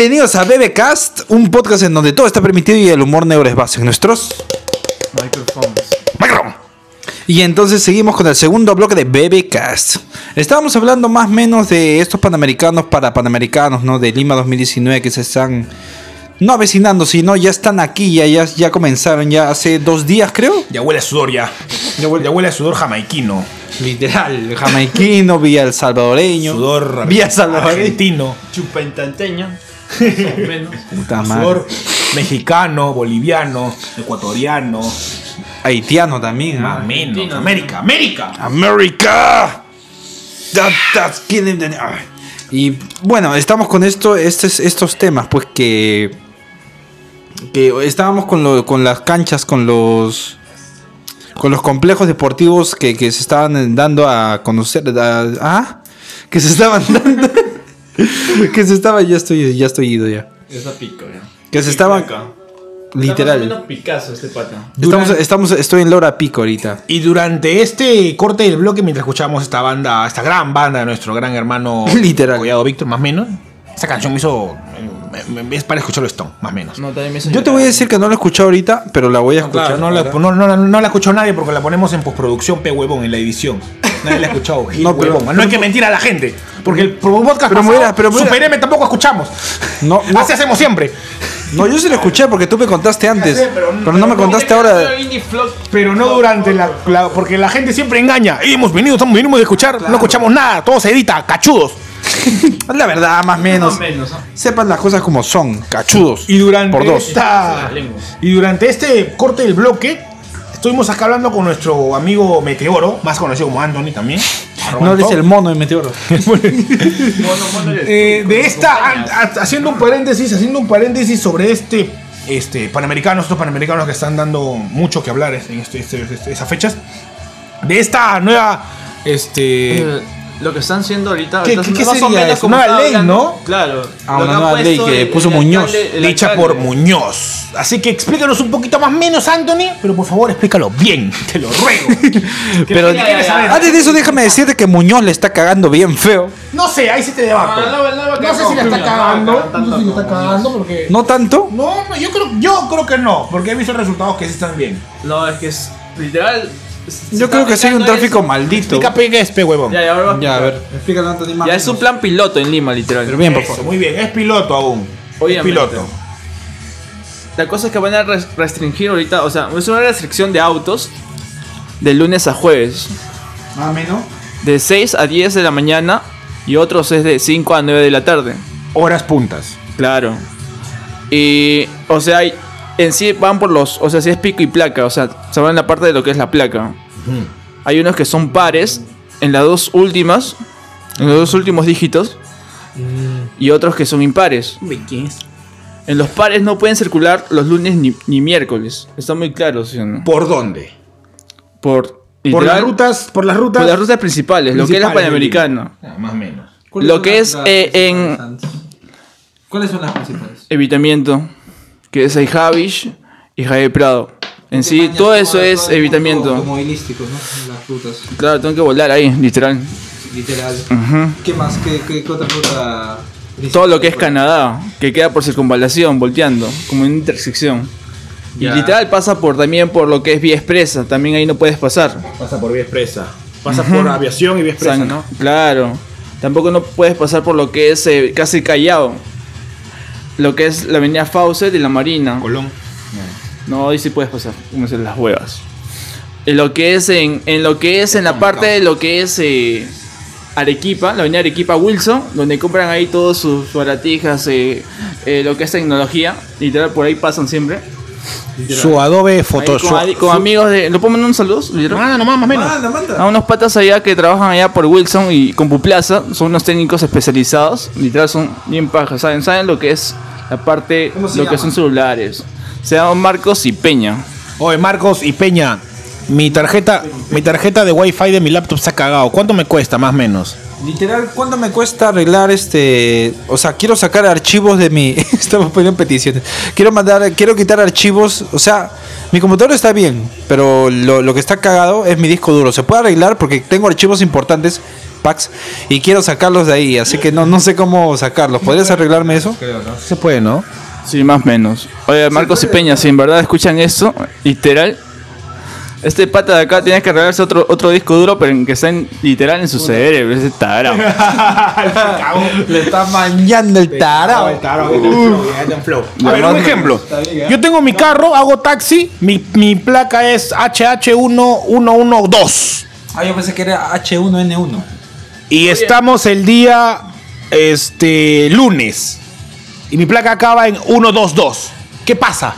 Bienvenidos a BBcast, un podcast en donde todo está permitido y el humor negro es base. Nuestros Micro. Y entonces seguimos con el segundo bloque de BBcast. Estábamos hablando más o menos de estos panamericanos para panamericanos, ¿no? De Lima 2019 que se están no avecinando, sino ya están aquí, ya comenzaron, ya hace 2 días creo. Ya huele a sudor ya. Ya huele a sudor jamaiquino. Literal, jamaiquino, vía el salvadoreño. Sudor vía salvadoreño. argentino. Chupentanteño. Puta madre. Sudor mexicano, boliviano, ecuatoriano. Haitiano también, Más o menos. América. America. That's killing the... Ay. Y bueno, estamos con estos temas, pues que estábamos con las canchas, con los complejos deportivos que se estaban dando a conocer, que se estaban dando, ya estoy ido ya. Esa pico, ya. Que se estaban, literal. Está más o menos Picasso este pata. Estoy en Lora Pico ahorita. Y durante este corte del bloque, mientras escuchábamos esta gran banda de nuestro gran hermano Literal. Collado Víctor, más o menos, esa canción me hizo... es para escucharlo Stone, más o menos. No, también me hizo Yo te voy a decir que no la he escuchado ahorita, pero la voy a escuchar. Claro, no la escuchó nadie porque la ponemos en postproducción, huevón, en la edición. Nadie la ha escuchado. No, pero- huevón. No hay que mentir a la gente. Porque el podcast Pero pasado, mira, pero mira. Super M tampoco escuchamos. No. Así hacemos siempre. No, yo sí lo escuché porque tú me contaste antes, sé, pero pero no me contaste ahora. Pero no durante porque la gente siempre engaña. Hemos venido, venimos de escuchar, no escuchamos nada, todo se edita, cachudos. Es la verdad, más o menos. Sepan las cosas como son, cachudos. Y durante por 2. Y durante este corte del bloque, estuvimos acá hablando con nuestro amigo Meteoro, más conocido como Anthony también. No eres el mono de Meteoro. De esta, haciendo un paréntesis sobre estos panamericanos que están dando mucho que hablar en esas fechas. De esta nueva, Lo que están haciendo ahorita. ¿Qué más o sería menos eso? como Nueva estaba ley, hablando. ¿no? Claro. Ah, Lo una que ha nueva ley puesto que puso el Muñoz. alcalde- el dicha alcalde. por Muñoz. Así que explícanos un poquito más menos, Anthony, pero por favor explícalo bien, te lo ruego. Pero quieres saber? antes de eso, déjame decirte que Muñoz le está cagando bien feo. No sé, ahí sí te debato. No sé si la está cagando. No sé si la está cagando porque. ¿No tanto? No, yo creo que no, porque he visto resultados que sí están bien. No, es que es literal. Yo creo que sí hay un tráfico maldito. Explica qué es, huevón. Ya, ahora va Ya, a ver, explícalo Anthony más. Ya es un plan piloto en Lima, literal. Pero bien, por Eso, favor. muy bien, es piloto aún. Obviamente. Es piloto. La cosa es que van a restringir ahorita, o sea, es una restricción de autos de lunes a jueves. Más o menos. De 6 a 10 de la mañana y otros es de 5 a 9 de la tarde. Horas puntas. Claro. Y, o sea, en sí van por los, o sea, si es pico y placa, o sea, se van en la parte de lo que es la placa. Hay unos que son pares en las dos últimas, en los dos últimos dígitos, y otros que son impares. En los pares no pueden circular los lunes ni miércoles. Está muy claro, ¿sí o no? ¿Por dónde? Por Por las literal, rutas, por las rutas principales, lo que es la Panamericana. Más o menos. Lo que es en ¿Cuáles son las principales? evitamiento, que es ahí Javish y Javier Prado. En sí, todo eso es evitamiento. Automovilísticos, ¿no? Las rutas, Claro, tengo que volar ahí, literal. literal. Ujú. ¿Qué más? ¿Qué otra ruta? Todo lo que es Canadá, que queda por circunvalación, volteando, como en intersección. Ya. Y literal pasa también por lo que es vía expresa, también ahí no puedes pasar. Pasa por vía expresa. Pasa por aviación y vía expresa, ¿no? Claro. Tampoco no puedes pasar por lo que es casi Callao. Lo que es la avenida Fawcett y la Marina. Colón. No, ahí sí puedes pasar, como dicen las huevas. En lo que es en la parte de lo que es Arequipa, la avenida Arequipa Wilson, donde compran ahí todos sus baratijas, lo que es tecnología, literal por ahí pasan siempre. Su Adobe Ahí Photoshop. con amigos de, ¿lo puedo mandar un saludo? Literal. Ah, nomás, más o menos. A unos patas allá que trabajan allá por Wilson y Compuplaza, son unos técnicos especializados, literal son bien pajas, saben lo que es la parte, ¿Cómo se lo que llama? son celulares. Se llaman Marcos y Peña. Oye, Marcos y Peña, mi tarjeta de Wi-Fi de mi laptop se ha cagado. ¿Cuánto me cuesta, más o menos? Literal, ¿cuánto me cuesta arreglar o sea, quiero sacar archivos de mi... Estamos poniendo peticiones. Quiero quitar archivos, o sea, mi computador está bien, pero lo que está cagado es mi disco duro. Se puede arreglar porque tengo archivos importantes, packs y quiero sacarlos de ahí, así que no sé cómo sacarlos. ¿Podrías arreglarme eso? Se puede, ¿no? Sí, más o menos. Oye, Marcos y Peña, si en verdad escuchan esto, literal, este pata de acá tiene que arreglarse otro disco duro, pero en que está literal en su cerebro, ese tarao. Le está mañando el tarao. A ver, un ejemplo. Yo tengo mi carro, hago taxi, mi placa es HH1112. Ah, yo pensé que era H1N1. Y estamos el día lunes. Y mi placa acaba en 122. ¿Qué pasa?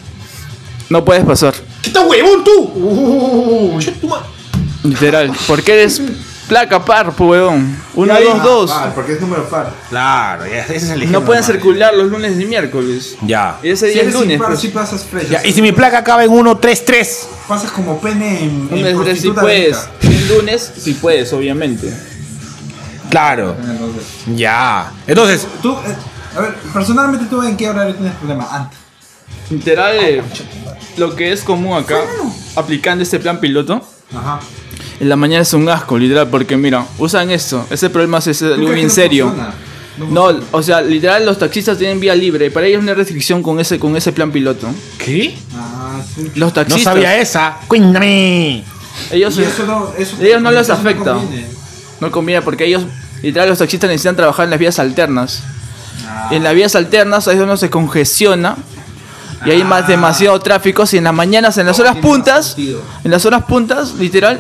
No puedes pasar. ¿Qué estás huevón tú? Literal, porque eres placa par, pues, huevón. 1, 2, 2. Porque es número par. Claro, ese es el ejemplo. No pueden circular los lunes ni miércoles. Ya. Y ese día es lunes. Pues. Si pasas fresa. Ya. Y si mi placa acaba en 133. Pasas como pene en Lunes 3 sí prostituta puedes. rica. El lunes sí puedes, obviamente. Claro. Ya. Entonces, Tú, a ver, personalmente tú en qué horario tienes problema antes. Literal, lo que es común acá, aplicando este plan piloto, Ajá. en la mañana es un asco, literal, porque mira, usan esto. Ese problema es algo bien serio. No, o sea, literal, los taxistas tienen vía libre. Para ellos no hay restricción con ese plan piloto. ¿qué? Ah, sí. Los No taxistas, sabía esa. Cuéntame. ellos, Y eso ellos no les eso afecta. conviene. no conviene porque ellos, literal, los taxistas necesitan trabajar en las vías alternas. En las vías alternas ahí es donde se congestiona y hay más demasiado tráfico. Si en las mañanas, en las horas puntas, literal,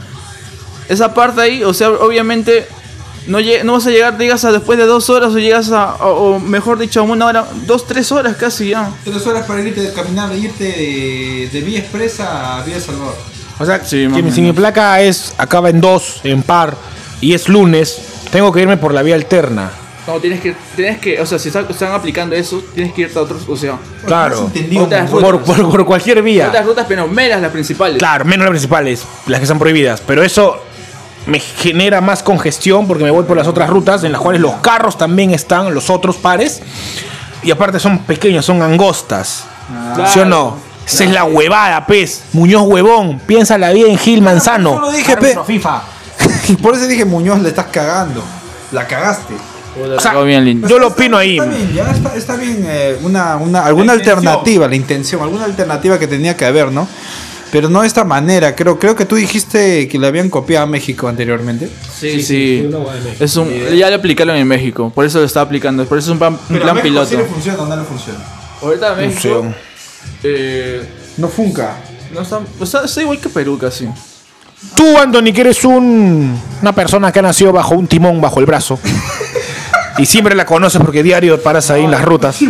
esa parte ahí, o sea, obviamente no vas a llegar, digas, a después de 2 horas o llegas o mejor dicho, a 1 hora, 2, 3 horas casi ya. 3 horas para irte de caminar, irte de Vía Expresa a Vía Salvador. O sea, Sí, más o si mi menos. placa acaba en 2, en par, y es lunes, tengo que irme por la vía alterna. No, tienes que, o sea, si están aplicando eso, tienes que irte a otros, o sea, Claro. Entendido, Otras como- rutas. Por cualquier vía. otras rutas, pero menos las principales. Claro, menos las principales, las que están prohibidas. Pero eso me genera más congestión porque me voy por las otras rutas en las cuales los carros también están, los otros pares. Y aparte son pequeños, son angostas. ¿Sí o no? Esa es la huevada, pez. Muñoz huevón. Piénsala bien, Gil Manzano. Yo lo dije, Árbitro FIFA. Por eso dije, Muñoz, le estás cagando. La cagaste. O sea, Algo bien lindo. yo lo opino ahí. Está bien, ya está bien alguna alternativa, alguna alternativa que tenía que haber, ¿no? Pero no de esta manera. Creo que tú dijiste que le habían copiado a México anteriormente. Sí. Ya lo aplicaron en México, por eso lo está aplicando. Por eso es un plan piloto. ¿Sí le funciona o no le funciona? Ahorita México No funca. no está igual que Perú casi. Tú, Anthony, que eres una persona que ha nacido bajo un timón bajo el brazo. Y siempre la conoces porque diario paras ahí en las rutas.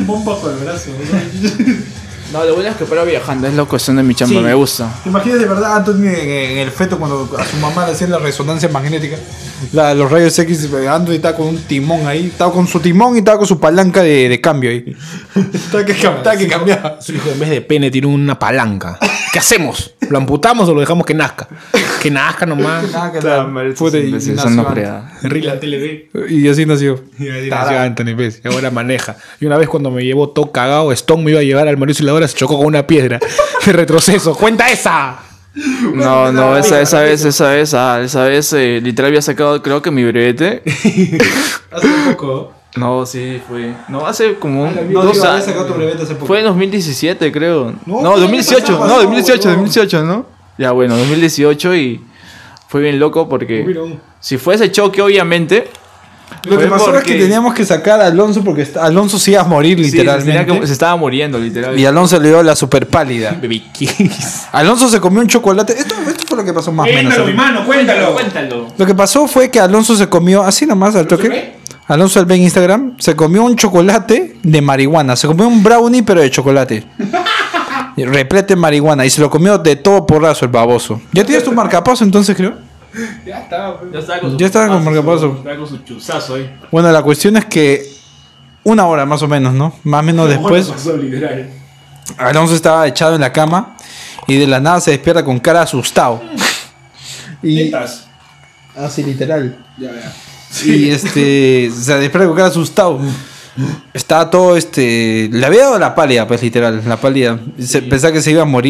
No, lo bueno es que paro viajando, es la cuestión de mi chamba, Sí. me gusta. ¿Te imaginas de verdad Anthony en el feto cuando a su mamá le hacían la resonancia magnética? Los rayos X, Anthony estaba con un timón ahí, estaba con su timón y estaba con su palanca de cambio ahí. Estaba que cambiaba. Su hijo en vez de pene tiene una palanca. ¿Qué hacemos? ¿Lo amputamos o lo dejamos que nazca? Que nazca nomás. Puta, y Eso nació no Anthony. crea. Rila TV. Y así nació. Y ahí nació Anthony, ¿ves? Y ahora maneja. Y una vez cuando me llevó todo cagado, Stone me iba a llevar al Mauricio y la hora se chocó con una piedra. De retroceso. ¡Cuenta esa! No, esa vez literal había sacado, creo que mi brevete. Hace poco. No, sí, fue. No, hace como No, 2 digo, había años. sacado tu brevete hace poco. Fue en 2017, creo. No, No, 2018. pasó, No, 2018, huevón. 2018, ¿no? Ya, bueno, 2018 y fue bien loco porque si fue ese choque, obviamente. Lo que fue pasó es porque- que teníamos que sacar a Alonso porque Alonso se iba a morir Sí, literalmente. se estaba muriendo, literal. Y Alonso le dio la super pálida. Alonso se comió un chocolate. Esto fue lo que pasó más o menos. mano, Cuéntalo. Lo que pasó fue que Alonso se comió, así nomás al toque. Alonso del en Instagram se comió un chocolate de marihuana. Se comió un brownie, pero de chocolate. Repleto de marihuana. Y se lo comió de todo porrazo el baboso. ¿Ya tienes tu marcapaso entonces, creo? Ya estaba con Ya estaba con marcapaso. Estaba con su chuzazo ahí. Bueno, la cuestión es que 1 hora más o menos, ¿no? Más o menos después. Alonso estaba echado en la cama y de la nada se despierta con cara asustado. Y así literal. Y se despierta con cara asustado. Estaba todo le había dado la pálida, pues literal, la pálida. Pensaba que se iba a morir.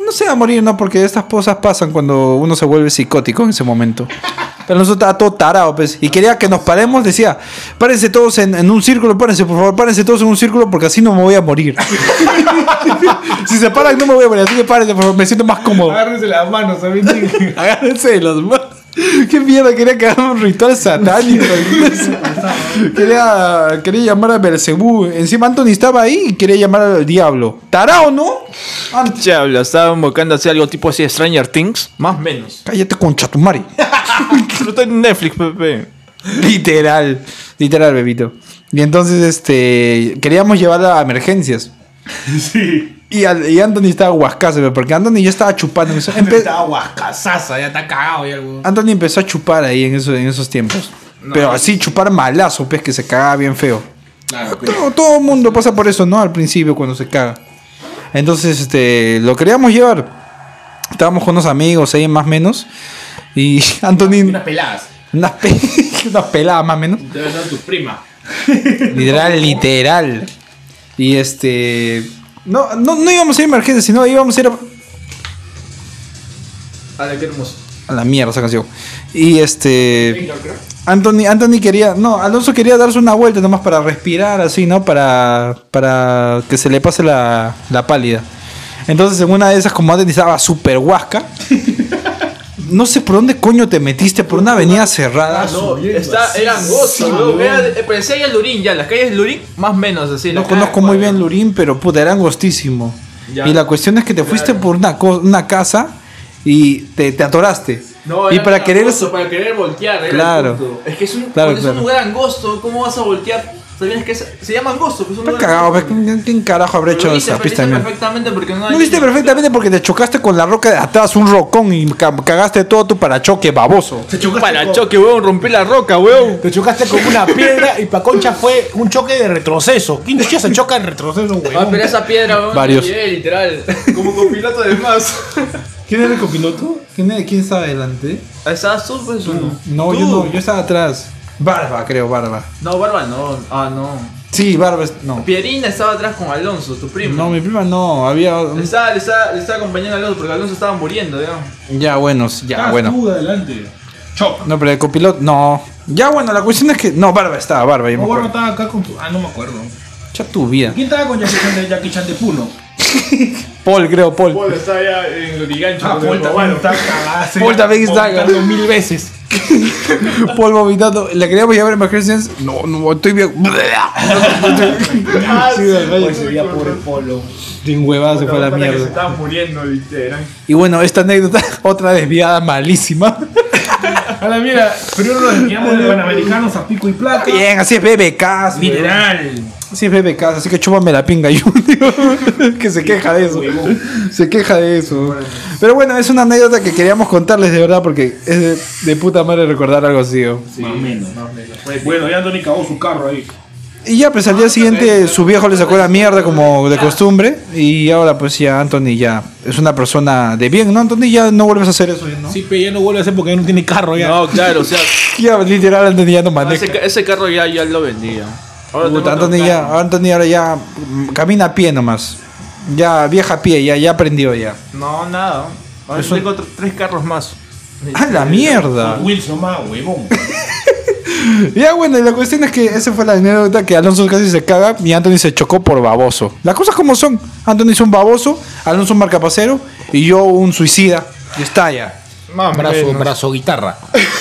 no se va a morir, ¿no? Porque estas cosas pasan cuando uno se vuelve psicótico en ese momento. Pero nosotros estaba todo tarado, pues. Y quería que nos paremos, decía, párense todos en un círculo, párense, por favor, párense todos en un círculo porque así no me voy a morir. Si se paran no me voy a morir, así que párense, por favor, me siento más cómodo. Agárrense las manos, ¿sabes? Agárrense de las manos. ¿Qué mierda? Quería que haga un ritual satánico. quería llamar a Belcebú. Encima Anthony estaba ahí y quería llamar al diablo. ¿Tarao, no? Diablo, estaba invocando así algo tipo así Stranger Things. Más o menos. Cállate con chatumari. Pero está en Netflix, Pepe. Literal, bebito. Y entonces, queríamos llevarla a emergencias. Sí. Y Anthony estaba guascazo, porque Anthony ya estaba chupando. Estaba guascasaza, ya está cagado ya. Anthony empezó a chupar ahí en esos tiempos. Pero así chupar malazo, pues, que se cagaba bien feo. Claro, Todo el mundo pasa por eso, ¿no? Al principio, cuando se caga. Entonces, lo queríamos llevar. Estábamos con unos amigos ahí, más o menos. Y Anthony... Unas peladas. Unas peladas, más o menos. Debe ser tu prima. Literal. Y no íbamos a ir a emergencia, sino íbamos a ir Qué hermoso. a la mierda esa canción. Y Anthony quería, no, Alonso quería darse una vuelta nomás para respirar así, ¿no? Para que se le pase la pálida. Entonces en una de esas, como Anthony estaba súper huasca, no sé por dónde coño te metiste, por una avenida cerrada. No, era angosto, ¿no? Parecía ya Lurín, ya, las calles de Lurín, más o menos así. No conozco muy bien Lurín, pero puta, era angostísimo. Ya. Y la cuestión es que te fuiste por una casa y te atoraste. No, y era para querer voltear, era Claro. el punto. Es que es un Claro. lugar angosto, ¿cómo vas a voltear? ¿Sabías que se llama angosto? Que es un Está lugar cagado, angosto. ¿quién carajo habrá hecho esa pista de mierda? perfectamente porque no hay... No viste perfectamente porque te chocaste con la roca de atrás, un rocón, y cagaste todo tu parachoque baboso. Te chocaste Para choque, weón, rompí la roca, weón. Te chocaste con una piedra y pa' Concha fue un choque de retroceso. ¿Quién chucha se choca en retroceso, Ah, weón? pero esa piedra, weón, Varios. la llevé, literal. Como copiloto de más. ¿Quién era el copiloto? ¿Quién estaba adelante? ¿Estabas tú, pues? No, ¿Tú? yo estaba atrás. Barba, creo, Barba. No, Barba no. Ah, no. Sí, Barba, no. Pierina estaba atrás con Alonso, tu primo. No, mi prima no, había... Le estaba acompañando a Alonso porque Alonso estaba muriendo, ya. Ya, bueno. Tú adelante. Choc. No, pero el copiloto, no. Ya, bueno, la cuestión es que... No, Barba, ya me No, acuerdo. bueno, estaba acá con tu... Ah, no me acuerdo. Ya tu vida. ¿Quién estaba con Jackie Chan de Puno? Paul, creo, Paul. está allá en Lurigancho. Paul también está cagada. Paul también está vomitando 1000 veces. Paul vomitando. ¿Le queríamos llevar a emergencias? No, estoy bien. Ese día pobre Polo. Sin huevada se fue a la mierda. estaban muriendo, literal. Y bueno, esta anécdota, otra desviada malísima. A la mierda, primero nos desviamos de Panamericanos a pico y placa. Bien, así es BBK. Literal. Así es BBK, así que chúpame la pinga, Junior. Que se queja de eso. Se queja de eso. Pero bueno, es una anécdota que queríamos contarles de verdad porque es de puta madre recordar algo así. ¿O? Más o menos. Bueno, ya Anthony cagó su carro ahí. Y ya, pues al día siguiente su viejo le sacó la mierda como de costumbre. Y ahora pues ya Anthony ya es una persona de bien, ¿no? Anthony, ya no vuelves a hacer eso, ¿no? Sí, pero ya no vuelve a hacer porque ya no tiene carro ya. No, claro, o sea, Ya, literal, Anthony ya no maneja. ese carro ya lo vendía. Ahora Puta, tengo otro carro. Anthony ahora ya camina a pie nomás. Ya viaja a pie, ya aprendió ya. No, nada. Ahora Eso- tengo 3 carros más. ¡Ah, la mierda! Wilson más, huevón. Ya bueno, y la cuestión es que esa fue la anécdota que Alonso casi se caga y Anthony se chocó por baboso. Las cosas como son. Anthony es un baboso, Alonso un marcapacero y yo un suicida. Y está ya. Brazo guitarra.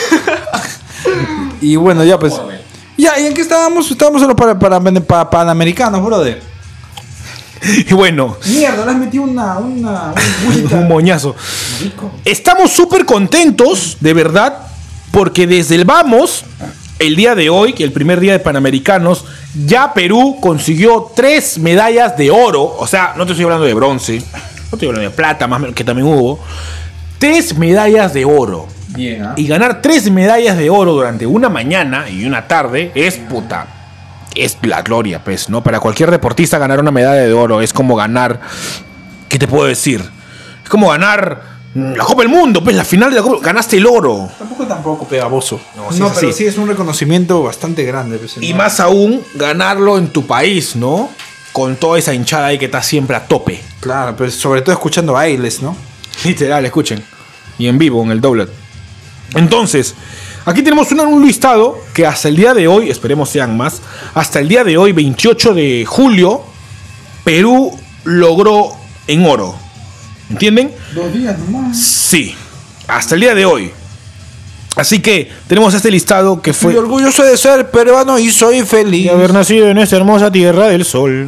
Y bueno, ya pues. Ya, ¿y en qué estábamos? Estábamos solo para panamericanos, brother. Y bueno, Mierda, le has metido un un moñazo. Estamos súper contentos, de verdad, porque desde el vamos, el día de hoy, que el primer día de Panamericanos, ya Perú consiguió 3 medallas de oro. O sea, no te estoy hablando de bronce, no estoy hablando de plata, más o menos, que también hubo. 3 medallas de oro. Bien, Y ganar 3 medallas de oro durante una mañana y una tarde es puta. Es la gloria, pues, ¿no? Para cualquier deportista ganar una medalla de oro es como ganar. ¿Qué te puedo decir? Es como ganar la Copa del Mundo, pues, la final de la Copa. Ganaste el oro. Tampoco pegaboso. No, sí es pero así. sí es un reconocimiento bastante grande. Pues, Y ¿no? más aún, ganarlo en tu país, ¿no? Con toda esa hinchada ahí que está siempre a tope. Claro, pero sobre todo escuchando bailes, ¿no? Literal, escuchen. Y en vivo, en el doublet. Entonces, aquí tenemos un listado que hasta el día de hoy, esperemos sean más, hasta el día de hoy, 28 de julio, Perú logró en oro. ¿Entienden? 2 días nomás. Sí, hasta el día de hoy. Así que tenemos este listado que Estoy fue orgulloso de ser peruano y soy feliz. de haber nacido en esta hermosa tierra del sol.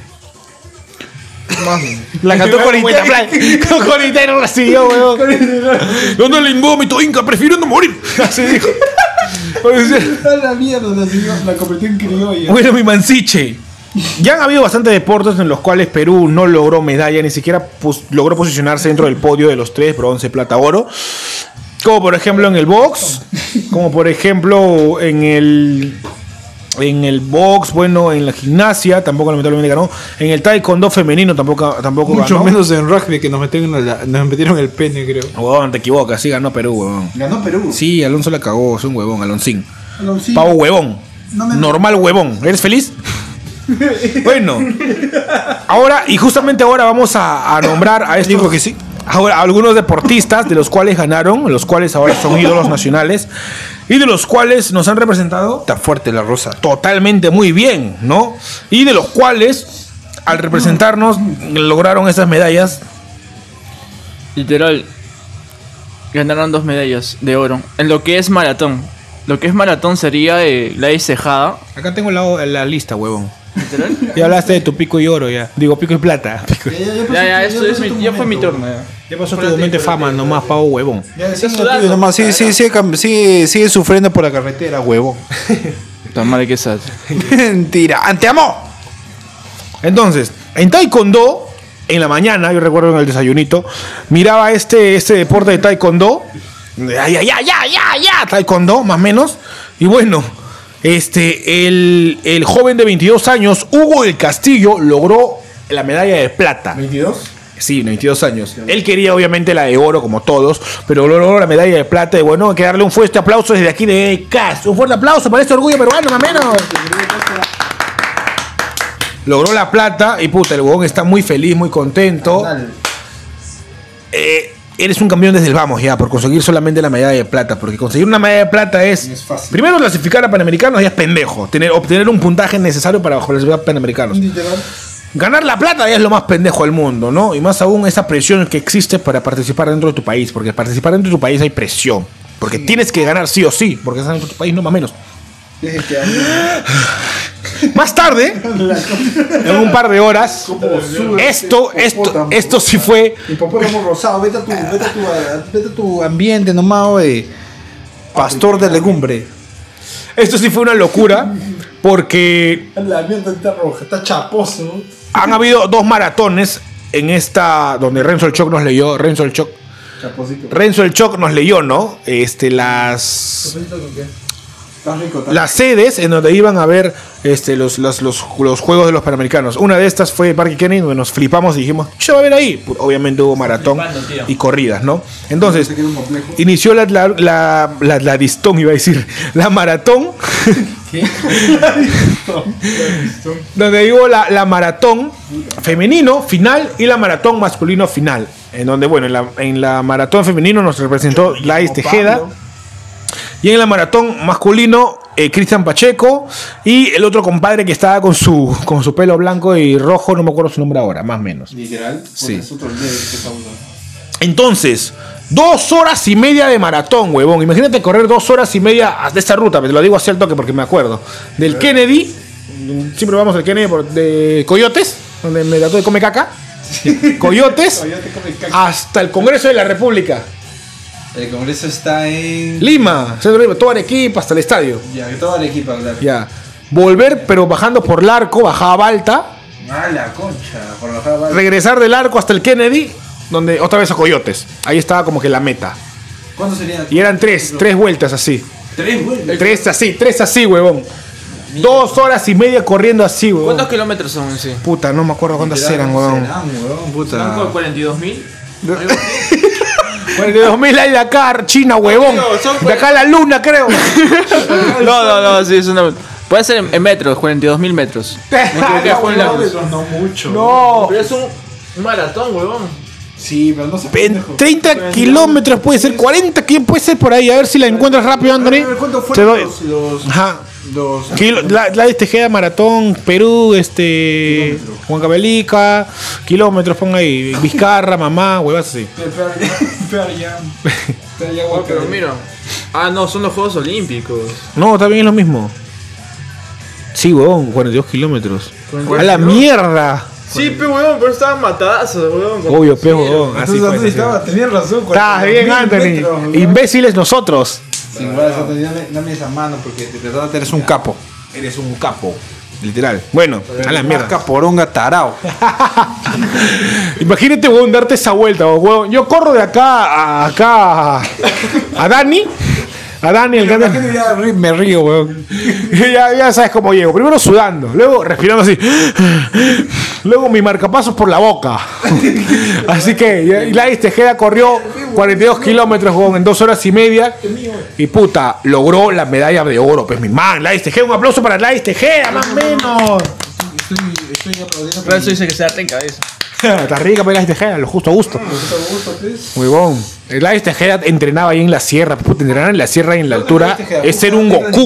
La cantó con Itero la siguió, weón. ¿Dónde el invómito Inca prefiriendo morir? Así dijo. La mierda, la convirtió en criolla. Bueno, mi mansiche. Ya han habido bastantes deportes en los cuales Perú no logró medalla, ni siquiera logró posicionarse dentro del podio de los 3, bronce, plata, oro. Como por ejemplo en el box, como por ejemplo en el box, bueno, en la gimnasia, tampoco lamentablemente ganó. En el taekwondo femenino tampoco Mucho ganó. menos en rugby, que nos metieron el pene, creo. Huevón, te equivocas, sí ganó Perú, huevón. Ganó Perú. Sí, Alonso la cagó, es un huevón, Aloncín. Aloncín. Pavo huevón. Normal huevón. ¿Eres feliz? Bueno. Ahora, y justamente ahora vamos a nombrar a estos. Digo que sí. Ahora, algunos deportistas de los cuales ganaron, los cuales ahora son ídolos nacionales y de los cuales nos han representado Está fuerte la rosa. totalmente muy bien, ¿no? Y de los cuales, al representarnos, lograron esas medallas. Literal. Ganaron 2 medallas de oro. En lo que es maratón. Lo que es maratón sería Gladys Tejada. Acá tengo la lista, huevón. Literal. Ya hablaste de tu pico y oro, ya. Digo, pico y plata. Ya fue mi turno. Ya pasó tu momento de fama, nomás, pavo huevón. Nomás, sigue sufriendo por la carretera, huevo. Tan mal que sal. Mentira, ante amo. Entonces, en taekwondo, en la mañana, yo recuerdo en el desayunito, miraba este deporte de taekwondo. Ya, taekwondo, más o menos. Y bueno, el joven de 22 años, Hugo del Castillo, logró la medalla de plata. ¿22? Sí, 22 años. Él quería obviamente la de oro como todos, pero logró la medalla de plata. Y bueno, hay que darle un fuerte aplauso desde aquí de CAS. Un fuerte aplauso para este orgullo peruano, más o menos. Logró la plata y puta, el huevón está muy feliz, muy contento. Eres un campeón desde el vamos ya, por conseguir solamente la medalla de plata. Porque conseguir una medalla de plata es fácil. primero clasificar a Panamericanos ya es pendejo. Obtener un puntaje necesario para clasificar a Panamericanos. Ganar la plata ya es lo más pendejo del mundo, ¿no? Y más aún esa presión que existe para participar dentro de tu país. Porque participar dentro de tu país hay presión. Porque tienes que ganar sí o sí. Porque estás dentro de tu país, no más menos. Más tarde, en un par de horas, esto sí fue. Hipopótamo rosado, vete a tu ambiente nomás, güey. Pastor de legumbre. Esto sí fue una locura. Porque La mierda está roja, está chaposo. han habido 2 maratones en esta donde Renzo el Choc nos leyó. Renzo el Choc nos leyó, ¿no? Las sedes en donde iban a ver los juegos de los Panamericanos. Una de estas fue Parque Kennedy, donde nos flipamos y dijimos, ¿qué va a ver ahí? Obviamente hubo maratón y corridas, ¿no? Entonces, inició la distón, iba a decir, la maratón. Donde hubo la maratón femenino final y la maratón masculino final. En donde, bueno, en la maratón femenino nos representó Gladys Tejeda. Y en la maratón masculino, Cristian Pacheco. Y el otro compadre que estaba con su pelo blanco y rojo, no me acuerdo su nombre ahora, más o menos. Literal. Sí. Entonces, 2 horas y media de maratón, huevón. Imagínate correr 2 horas y media de esta ruta, te lo digo así al toque porque me acuerdo. Del Kennedy, siempre vamos al Kennedy de Coyotes, donde me trató de come caca. Coyotes, hasta el Congreso de la República. El congreso está en Lima, centro de Lima, toda Arequipa hasta el estadio. Ya, toda la equipa, claro. Ya. Volver, pero bajando por Larco, bajaba Balta. Ah, la concha, por bajar. Regresar del Arco hasta el Kennedy, donde otra vez a Coyotes. Ahí estaba como que la meta. ¿Cuánto sería? Y eran tres vueltas así. 3 vueltas. Tres así, huevón. 2 horas y media corriendo así, huevón. ¿Cuántos kilómetros son en sí? Puta, no me acuerdo cuántas eran, huevón. Puta. ¿Son 42.000? 42.000 hay de acá, China, huevón. De acá a la luna, creo. No, sí, es una... Puede ser en metros, 42.000 metros. No mucho. No. Pero es un... Un maratón, huevón. Sí, pero no sé. 30 kilómetros puede ser, 40 ¿quién puede ser por ahí? A ver si la encuentras rápido, Anthony. ¿Cuánto Te fueron doy. los Ajá. La Tejeda Maratón, Perú, Huancavelica, kilómetros, pon ahí, Vizcarra, mamá, huevas así. Pero mira. Ah, no, son los Juegos Olímpicos. No, también es lo mismo. Sí, huevón, 42 kilómetros. ¡A la mierda! Sí, huevón, pero estaban matazos, huevón. Obvio, huevón. Así Entonces, fue. tenías razón. Estás bien, Anthony. Imbéciles nosotros. Sí, dame esa mano porque de verdad eres un capo. Eres un capo. Literal. Bueno, a la mierda. Caporonga tarao. Imagínate, huevón, darte esa vuelta, huevón. Yo corro de acá a Dani. A Dani, el que me río, weón. Ya sabes cómo llego. Primero sudando, luego respirando así. Luego mi marcapasos por la boca. Así que Gladys Tejeda corrió 42 kilómetros, weón, en 2 horas y media. Y puta, logró la medalla de oro. Pues mi man, Gladys Tejeda. Un aplauso para Gladys Tejeda, más o menos. Estoy aplaudiendo. Por eso dice que se arte en cabeza. Está rica, pero Gladys Tejeda, lo justo a gusto. Muy bon. Gladys Tejeda entrenaba ahí en la sierra. Puta, entrenar en la sierra y en la altura es ser un Goku.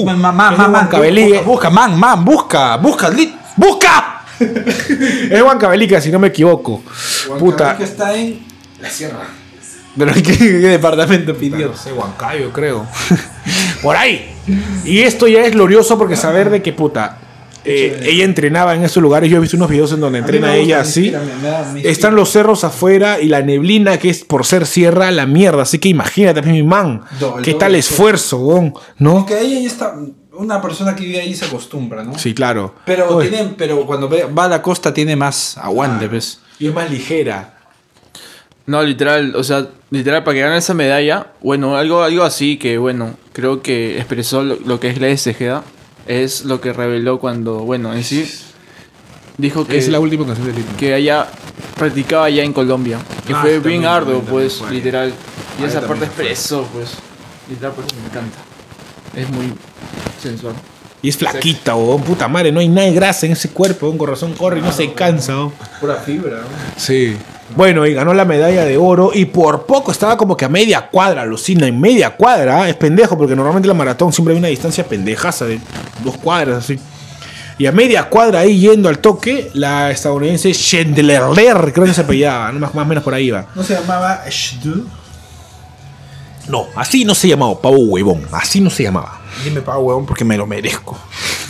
¡Busca! Es Huancavelica, si no me equivoco. Puta. Está en la sierra. ¿Pero qué departamento pidió? No sé, Huancayo, creo. Por ahí. Y esto ya es glorioso porque saber de que puta. Ella entrenaba en esos lugares. Yo he visto unos videos en donde entrena ella así. Están los cerros afuera y la neblina, que es por ser sierra, la mierda. Así que imagínate, mi man. ¿Qué tal esfuerzo, ¿no? Porque ahí está. Una persona que vive ahí se acostumbra, ¿no? Sí, claro. Pero cuando va a la costa tiene más aguante, ¿ves? Y es más ligera. No, literal, o sea, literal, para que gane esa medalla, bueno, algo así que, bueno, creo que expresó lo que es Gladys Tejeda. Es lo que reveló cuando, bueno, en sí dijo que es la última canción del libro. Que ella practicaba allá en Colombia, que fue bien arduo, pues, fue. Literal. Y esa parte expresó, pues, literal, por eso me encanta. Es muy sensual. Y es flaquita, weón, puta madre, no hay nada de grasa en ese cuerpo, con razón corre y no se cansa, weón. Pura fibra, ¿no? Sí. Bueno, y ganó la medalla de oro y por poco estaba como que a media cuadra, alucina, en media cuadra, ¿eh? Es pendejo porque normalmente la maratón siempre hay una distancia pendejaza de 2 cuadras, así. Y a media cuadra ahí yendo al toque, la estadounidense Chandler, creo que se apellidaba, ¿no? Más o menos por ahí va. ¿No se llamaba Shdu? No, así no se llamaba, pavo huevón, así no se llamaba. Dime pavo huevón porque me lo merezco.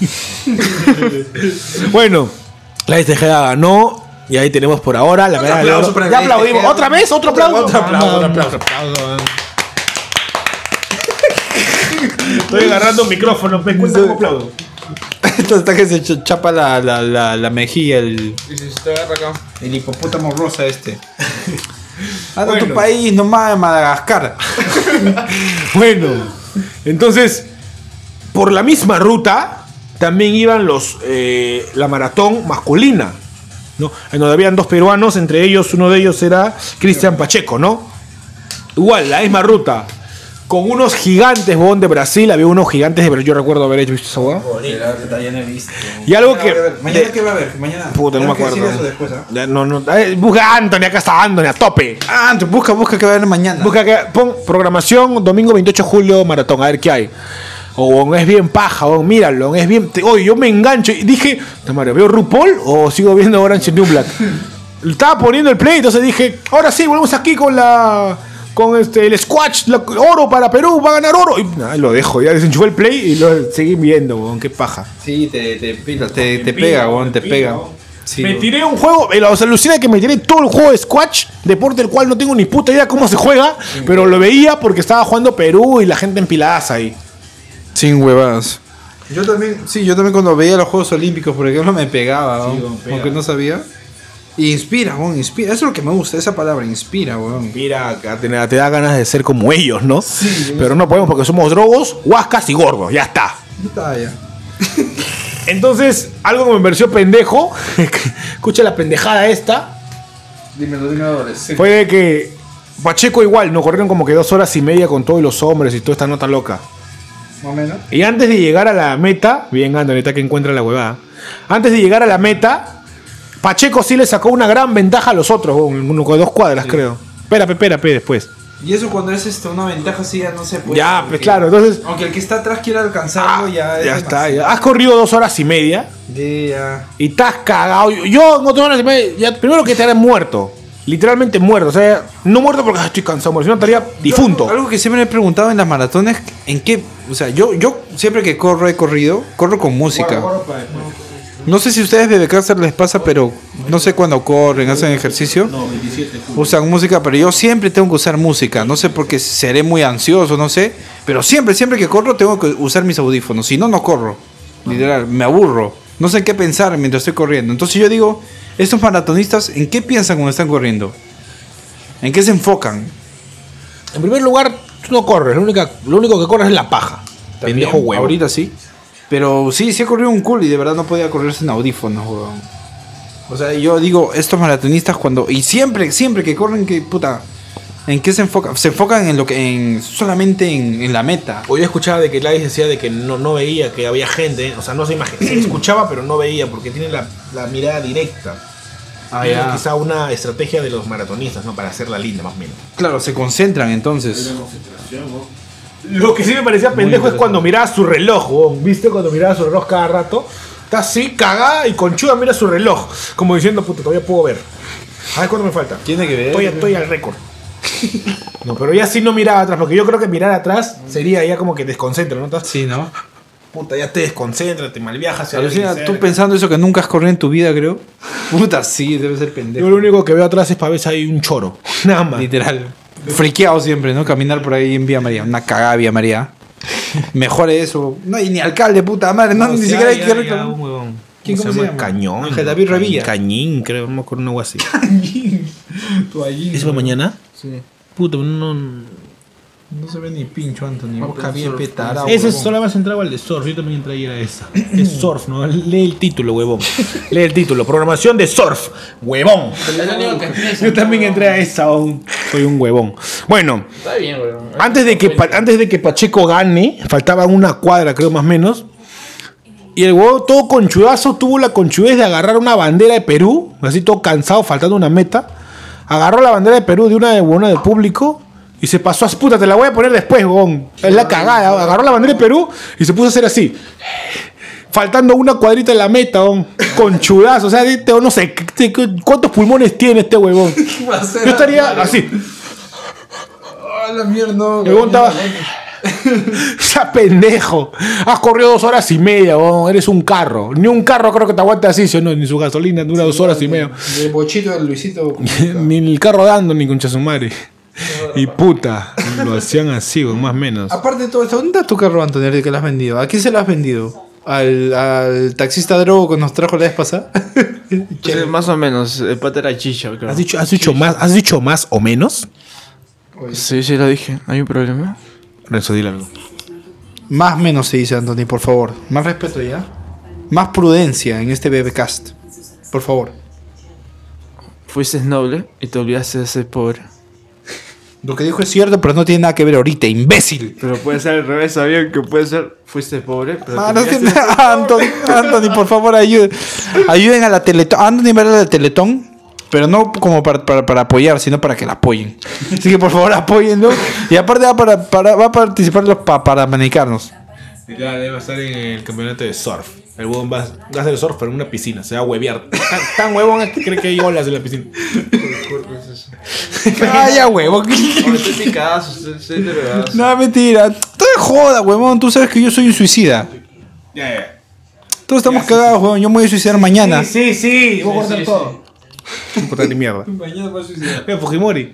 Bueno, la Tejeda ganó. Y ahí tenemos por ahora la medalla de oro. Ya aplaudimos. ¿Otra vez? ¿Otro aplauso? Otro aplauso. Estoy agarrando un micrófono. ¿Me cuenta cómo aplaudo? Entonces hasta que se chapa la mejilla Y si se te agarra acá. el hipopótamo rosa este. Anda a tu país, nomás en Madagascar. Bueno, entonces, por la misma ruta, también iban la maratón masculina, ¿no? En donde habían 2 peruanos, entre ellos, uno de ellos era Cristian Pacheco, ¿no? Igual, la misma ruta. Con unos gigantes, de Brasil, había unos gigantes de Brasil, yo recuerdo haber hecho esa hueá. Y algo que... ¿Mañana qué va a haber? Mañana. Puta, no me acuerdo. Eso después, ¿eh? Ya, no. Busca a Anthony, acá está Anthony, a tope. Busca que va a haber mañana. Busca que... Pon programación, domingo 28 de julio, maratón, a ver qué hay. Es bien paja, míralo, es bien... Oye, yo me engancho y dije, Mario, ¿veo RuPaul o sigo viendo Orange is the New Black? Estaba poniendo el play, entonces dije, ahora sí, volvemos aquí con el Squatch, oro para Perú, va a ganar oro. Y lo dejo, ya desenchufé el play y lo seguí viendo, qué paja. Sí, te pega, te pega. Sí, me tiré un juego, o sea, alucina que me tiré todo el juego de Squatch, deporte del cual no tengo ni puta idea cómo se juega, pero lo veía porque estaba jugando Perú y la gente empilada ahí. Sin huevadas. Yo también cuando veía los Juegos Olímpicos, por ejemplo, me pegaba, aunque no sabía. Y inspira. Eso es lo que me gusta, esa palabra, inspira, Inspira, te da ganas de ser como ellos, ¿no? Sí, pero no podemos porque somos drogos, huascas y gordos, ya está. Ya. Entonces, algo que me pareció pendejo, escucha la pendejada esta. Dímelo, sí. Fue de que Pacheco igual, nos corrieron como que 2 horas y media con todos los hombres y toda esta nota loca. Más o menos. Y antes de llegar a la meta, bien Antonita que encuentra la huevada. Antes de llegar a la meta, Pacheco sí le sacó una gran ventaja a los otros, uno con 2 cuadras, creo. Espera, después. Y eso cuando es una ventaja así ya no se puede. Ya, pues claro, entonces. Aunque el que está atrás quiera alcanzarlo, ya está. Ya. Has corrido 2 horas y media. Ya. Y estás cagado. Yo en 2 horas y media, ya, primero que estaré muerto. Literalmente muerto. O sea, no muerto porque estoy cansado, si no estaría difunto. Algo que siempre me he preguntado en las maratones, en qué. O sea, yo siempre que corro, corro con música. No sé si a ustedes de cáncer les pasa, pero no sé cuando corren, hacen ejercicio. Usan música, pero yo siempre tengo que usar música. No sé porque seré muy ansioso, no sé. Pero siempre que corro tengo que usar mis audífonos. Si no, no corro. Literal, me aburro. No sé qué pensar mientras estoy corriendo. Entonces yo digo, estos maratonistas, ¿en qué piensan cuando están corriendo? ¿En qué se enfocan? En primer lugar, tú no corres. Lo único que corres es la paja. Pendejo huevo. Ahorita sí. Pero sí he corrido un culo y de verdad no podía correr sin audífonos, weón. O sea, yo digo, estos maratonistas cuando... Y siempre que corren, que puta... ¿En qué se enfocan? Se enfocan en lo que... solamente en la meta. Hoy escuchaba de que Gladys decía de que no veía que había gente. O sea, no se imaginaba. Se escuchaba, pero no veía porque tiene la mirada directa. Ya. Quizá una estrategia de los maratonistas, ¿no? Para hacerla linda, más o menos. Claro, se concentran entonces. Lo que sí me parecía pendejo es cuando miraba su reloj, weón. ¿Viste? Cuando miraba su reloj cada rato. Está así, cagada y conchuda mira su reloj. Como diciendo, puta, todavía puedo ver. A ver cuánto me falta. Tiene que ver. Estoy al récord. No, pero ya sí no miraba atrás, porque yo creo que mirar atrás sería ya como que desconcentra, ¿no? Estás, Sí, ¿no? puta, ya te desconcentra, te malviajas. Alucina, tú pensando eso que nunca has corrido en tu vida, creo. Puta, sí, debe ser Yo pendejo. lo único que veo atrás es para ver si hay un choro. Nada más. Literal. Friqueado siempre, ¿no? Caminar por ahí en Vía María. Una cagada Vía María. Mejor eso. No hay ni alcalde, puta madre. No, ni siquiera hay que reclamar. ¿Quién cómo se llama? Cañón. Ángel David Revilla. Cañín, creo, no me acuerdo una agua así. Toallín. ¿Eso fue mañana? Sí. Puta, no. No se ve ni pincho, Anthony. Busca bien petarado. Ese solo más entraba al de surf. Yo también entré a esa. Es surf, ¿no? Lee el título, huevón. Lee el título. Programación de surf. Huevón. Yo también entré a esa. Soy un huevón. Bueno. Está bien, weón. Antes de que Pacheco gane, faltaba una cuadra, creo, más o menos. Y el huevo, todo conchudazo, tuvo la conchudez de agarrar una bandera de Perú, así todo cansado, faltando una meta. Agarró la bandera de Perú de una del público y se pasó a puta, te la voy a poner después, huevón. Es la cagada. Agarró la bandera de Perú y se puso a hacer así. Faltando una cuadrita en la meta, huevón. Conchudazo, o sea, no sé, ¿cuántos pulmones tiene este huevón? Yo estaría así. Ah, la mierda, no. El huevón estaba... Esa pendejo. Has corrido 2 horas y media, oh, eres un carro. Ni un carro creo que te aguante así, ¿sí? No, ni su gasolina dura 2 horas y media. El bochito del Luisito. Ni el carro dando, ni concha su madre. Y puta, lo hacían así, más o menos. Aparte de todo esto, ¿dónde está tu carro, Antonio, el que lo has vendido? ¿A quién se lo has vendido? ¿Al taxista drogo que nos trajo la vez pasada? Sí, más o menos. El pata era chicha, creo. ¿Has dicho más o menos? Sí, lo dije. ¿Hay un problema? Renzo, dile algo. Más menos se dice, Anthony, por favor. Más respeto ya. Más prudencia en este BBcast. Por favor. Fuiste noble y te olvidaste de ser pobre. Lo que dijo es cierto, pero no tiene nada que ver ahorita, imbécil. Pero puede ser al revés, sabían que puede ser. Fuiste pobre, pero. Ah, no tiene- Anthony, por favor, ayuden. Ayuden a la Teletón. Anthony va a la Teletón, pero no como para apoyar, sino para que la apoyen. Así que por favor apóyenlo. Y aparte va a participar los paramanicanos. Ya debe estar en el campeonato de surf. El huevón va a hacer surf pero en una piscina. Se va a huevear. Tan huevón es que cree que hay olas en la piscina. Calla, huevón. No, estoy picadazo, estoy drogado. No, mentira. Estoy de joda, huevón. Tú sabes que yo soy un suicida. Ya. Todos estamos cagados, huevón. Yo me voy a suicidar mañana. Sí. Voy a cortar sí, todo. No importa ni mierda. Mañana voy a suicidar. Fujimori.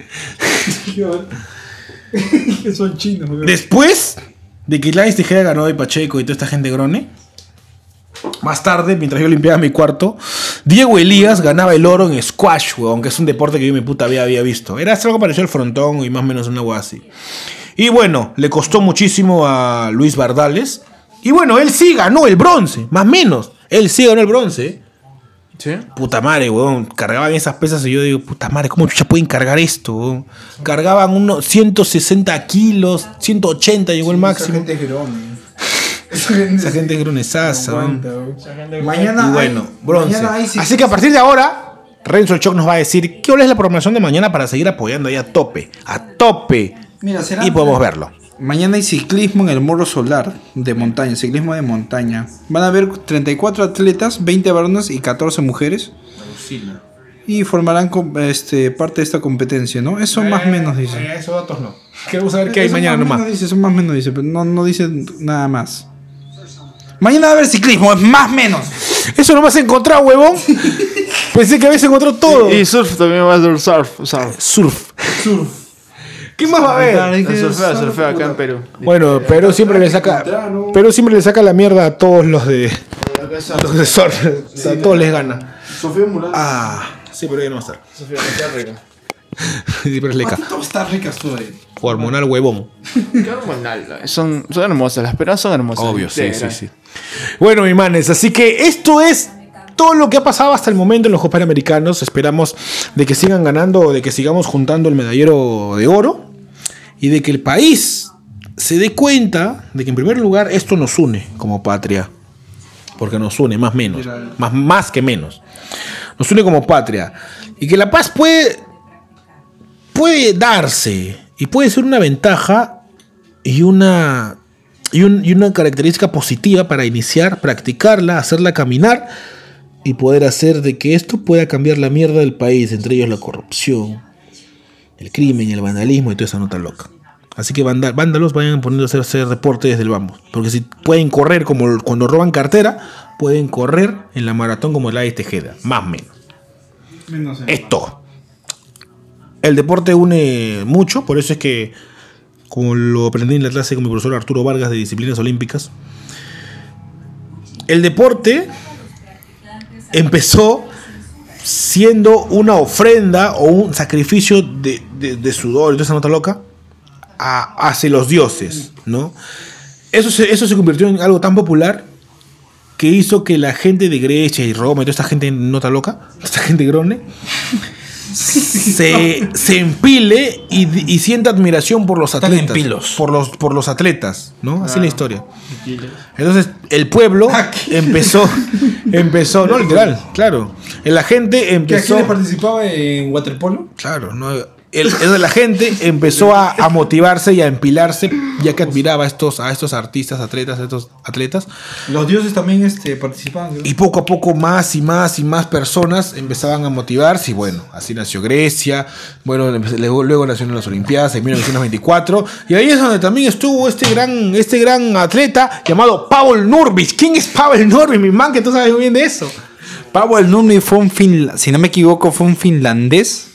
Son chinos, huevón. Después de que Lais Tijera ganó de Pacheco y toda esta gente grone, más tarde, mientras yo limpiaba mi cuarto, Diego Elías ganaba el oro en squash, weón, que es un deporte que yo en mi puta vida había visto. Era algo parecido al frontón y más o menos una hueá así. Y bueno, le costó muchísimo a Luis Bardales. Y bueno, él sí ganó el bronce, más o menos. Él sí ganó el bronce. ¿Sí? Puta madre, weón. Cargaban esas pesas y yo digo, puta madre, ¿cómo chucha pueden cargar esto, weón? Cargaban unos 160 kilos, 180 llegó el máximo. Esa gente es grunesaza. Mañana Y bueno, hay, bronce. mañana hay Así que a partir de ahora, Renzo Choc nos va a decir qué hora es la programación de mañana para seguir apoyando ahí a tope. A tope. Mira, será Y podemos verlo. Mañana hay ciclismo en el Morro Solar de montaña, ciclismo de montaña. Van a haber 34 atletas, 20 varones y 14 mujeres. Y formarán parte de esta competencia, ¿no? Eso más o menos dice. Esos datos no. Queremos saber qué hay Eso mañana más o nomás. menos dice, eso más o menos dice, pero no dice nada más. Mañana va a haber ciclismo, es más o menos. Eso no me has encontrado, huevón. Pensé que habías encontrado todo. Y surf también va a ser Surf. ¿Qué más va a haber? Surfea acá en Perú. Bueno, Perú siempre le saca la mierda a todos los de surf. O sea, a todos les gana. Sofía Mural. Sí, pero ya no va a estar. Sofía, está rico. Sí, pero es leca. Todo está rica estoy. Hormonal huevón. Qué hormonal. Son hermosas, las peruanas son hermosas. Obvio, sí. Bueno, mi manes, así que esto es todo lo que ha pasado hasta el momento en los Juegos Panamericanos. Esperamos de que sigan ganando, de que sigamos juntando el medallero de oro y de que el país se dé cuenta de que en primer lugar esto nos une como patria, porque nos une más menos, más que menos. Nos une como patria y que la paz puede darse y puede ser una ventaja y una característica positiva para iniciar, practicarla, hacerla caminar y poder hacer de que esto pueda cambiar la mierda del país, entre ellos la corrupción, el crimen, el vandalismo y toda esa nota loca. Así que vándalos, vayan poniéndose a hacer reporte desde el vamos. Porque si pueden correr como cuando roban cartera, pueden correr en la maratón como el Alex Tejeda, más o menos. Esto. El deporte une mucho, por eso es que, como lo aprendí en la clase con mi profesor Arturo Vargas de disciplinas olímpicas, el deporte empezó siendo una ofrenda o un sacrificio de sudor y toda esa nota loca hacia los dioses, ¿no? Eso se convirtió en algo tan popular que hizo que la gente de Grecia y Roma y toda esta gente nota loca, esta gente grone, se empile y sienta admiración por los atletas, por los atletas, ¿no? Así es la historia. Entonces el pueblo empezó, no, literal, claro. La gente empezó. ¿Quién participaba en waterpolo? Claro, no. La gente empezó a motivarse y a empilarse, ya que admiraba a estos artistas, atletas. Los dioses también participaban. Y poco a poco más y más personas empezaban a motivarse. Y bueno, así nació Grecia. Bueno, luego nacieron las Olimpiadas en 1924. Y ahí es donde también estuvo este gran atleta llamado Pavel Nurmich. ¿Quién es Pavel Nurmich? Mi man, que tú sabes muy bien de eso. Pavel Nurmich fue si no me equivoco, fue un finlandés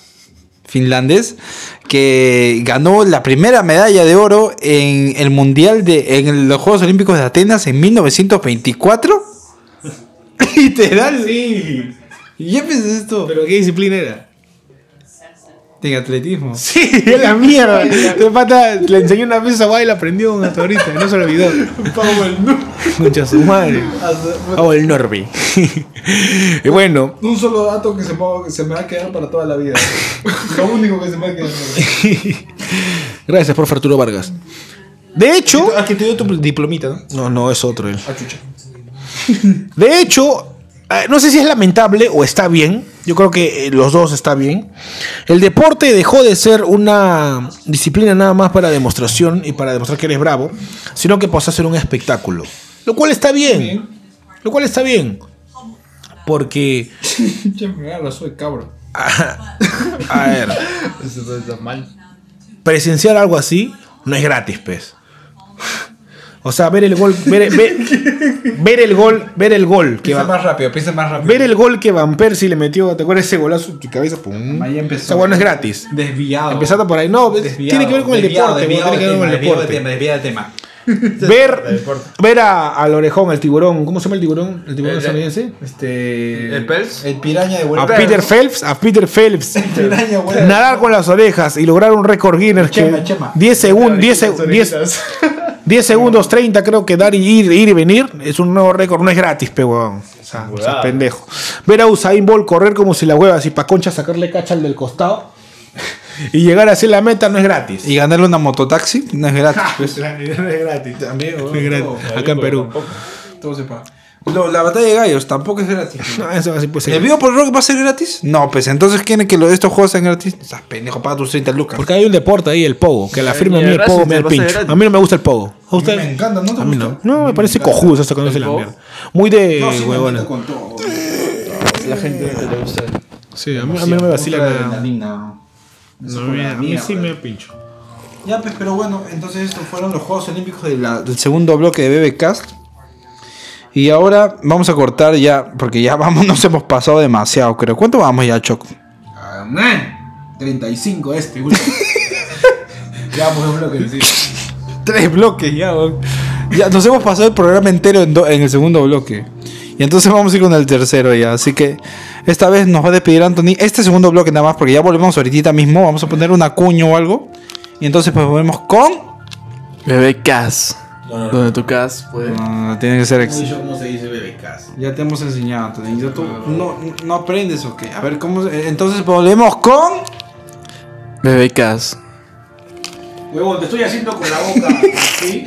que ganó la primera medalla de oro en el mundial en los Juegos Olímpicos de Atenas en 1924. Literal. Sí. ¿Y qué pensás esto? ¿Pero qué disciplina era? En atletismo. Sí, es la mierda. De pata, le enseñó una vez a guay y la aprendió hasta ahorita. No se lo olvidó. Concha su madre. Pavel Nurmich. Y bueno. Un solo dato que se me va a quedar para toda la vida. Lo único que se me va a quedar. Gracias, por Arturo Vargas. De hecho. Que te dio tu diplomita, ¿no? No, es otro él. Chucha. De hecho, no sé si es lamentable o está bien. Yo creo que los dos está bien. El deporte dejó de ser una disciplina nada más para demostración y para demostrar que eres bravo, sino que pasó a ser un espectáculo. Lo cual está bien. Porque... soy cabro. A ver. Eso está mal. Presenciar algo así no es gratis, pues. O sea, ver el gol Piensa más rápido. Ver el gol que Van Persie le metió, ¿te acuerdas ese golazo en tu cabeza? ¡Pum! Ahí empezó. Esa no es gratis. Desviado. Empezando por ahí. No, tiene que ver con el deporte. Desviado de tema. Ver al orejón, al tiburón. ¿Cómo se llama el tiburón? ¿El tiburón estadounidense? ¿El Pels? El piraña de A Peter Phelps. piraña, bueno. Nadar con las orejas y lograr un récord Guinness. Chema. 10 segundos 30 creo que dar y ir y venir es un nuevo récord, no es gratis, weón. O sea, pendejo. Ver a Usain Bolt correr como si la hueva, así pa' concha sacarle cacha al del costado. Y llegar a hacer la meta no es gratis. Y ganarle una mototaxi no es gratis. Pues. No es gratis. También, No es gratis. Acá en Perú. Todo se paga. La batalla de gallos tampoco es gratis. No, eso así puede ser. ¿El Vivo por Rock va a ser gratis? No, pues entonces ¿quieren que estos juegos sean gratis? Estás pendejo, paga tus 30 lucas. Porque hay un deporte ahí, el pogo, que la firma a mí el gracias, pogo me da el te va a ser pincho. gratis. A mí no me gusta el pogo. ¿A usted? Me encanta, ¿no te A mí gusta? no. No, me parece cojudo eso cuando se la pogo? mierda. Muy de No, sí, me huevona. encanta con todo. La gente que le gusta. Sí, a mí no me vacila nada. Adrenalina. No, a mí sí me da pincho. Ya, pues, pero bueno, entonces estos fueron los Juegos Olímpicos del segundo bloque de BBcast. Y ahora vamos a cortar ya, porque ya nos hemos pasado demasiado, creo. ¿Cuánto vamos ya, Choc? 35 güey. Ya vamos a un bloque, sí. 3 bloques ya, weón. Ya nos hemos pasado el programa entero en el segundo bloque. Y entonces vamos a ir con el tercero ya. Así que esta vez nos va a despedir Anthony. Este segundo bloque nada más, porque ya volvemos ahorita mismo. Vamos a poner una cuña o algo. Y entonces pues volvemos con... Bebé Cas. Donde tu Cas puede. No, tiene que ser ¿Cómo se dice bebecas? Ya te hemos enseñado, Anthony. Ya tú no aprendes o qué. A ver, ¿cómo entonces volvemos con... Bebé Cas. Huevón, te estoy haciendo con la boca. ¿Sí?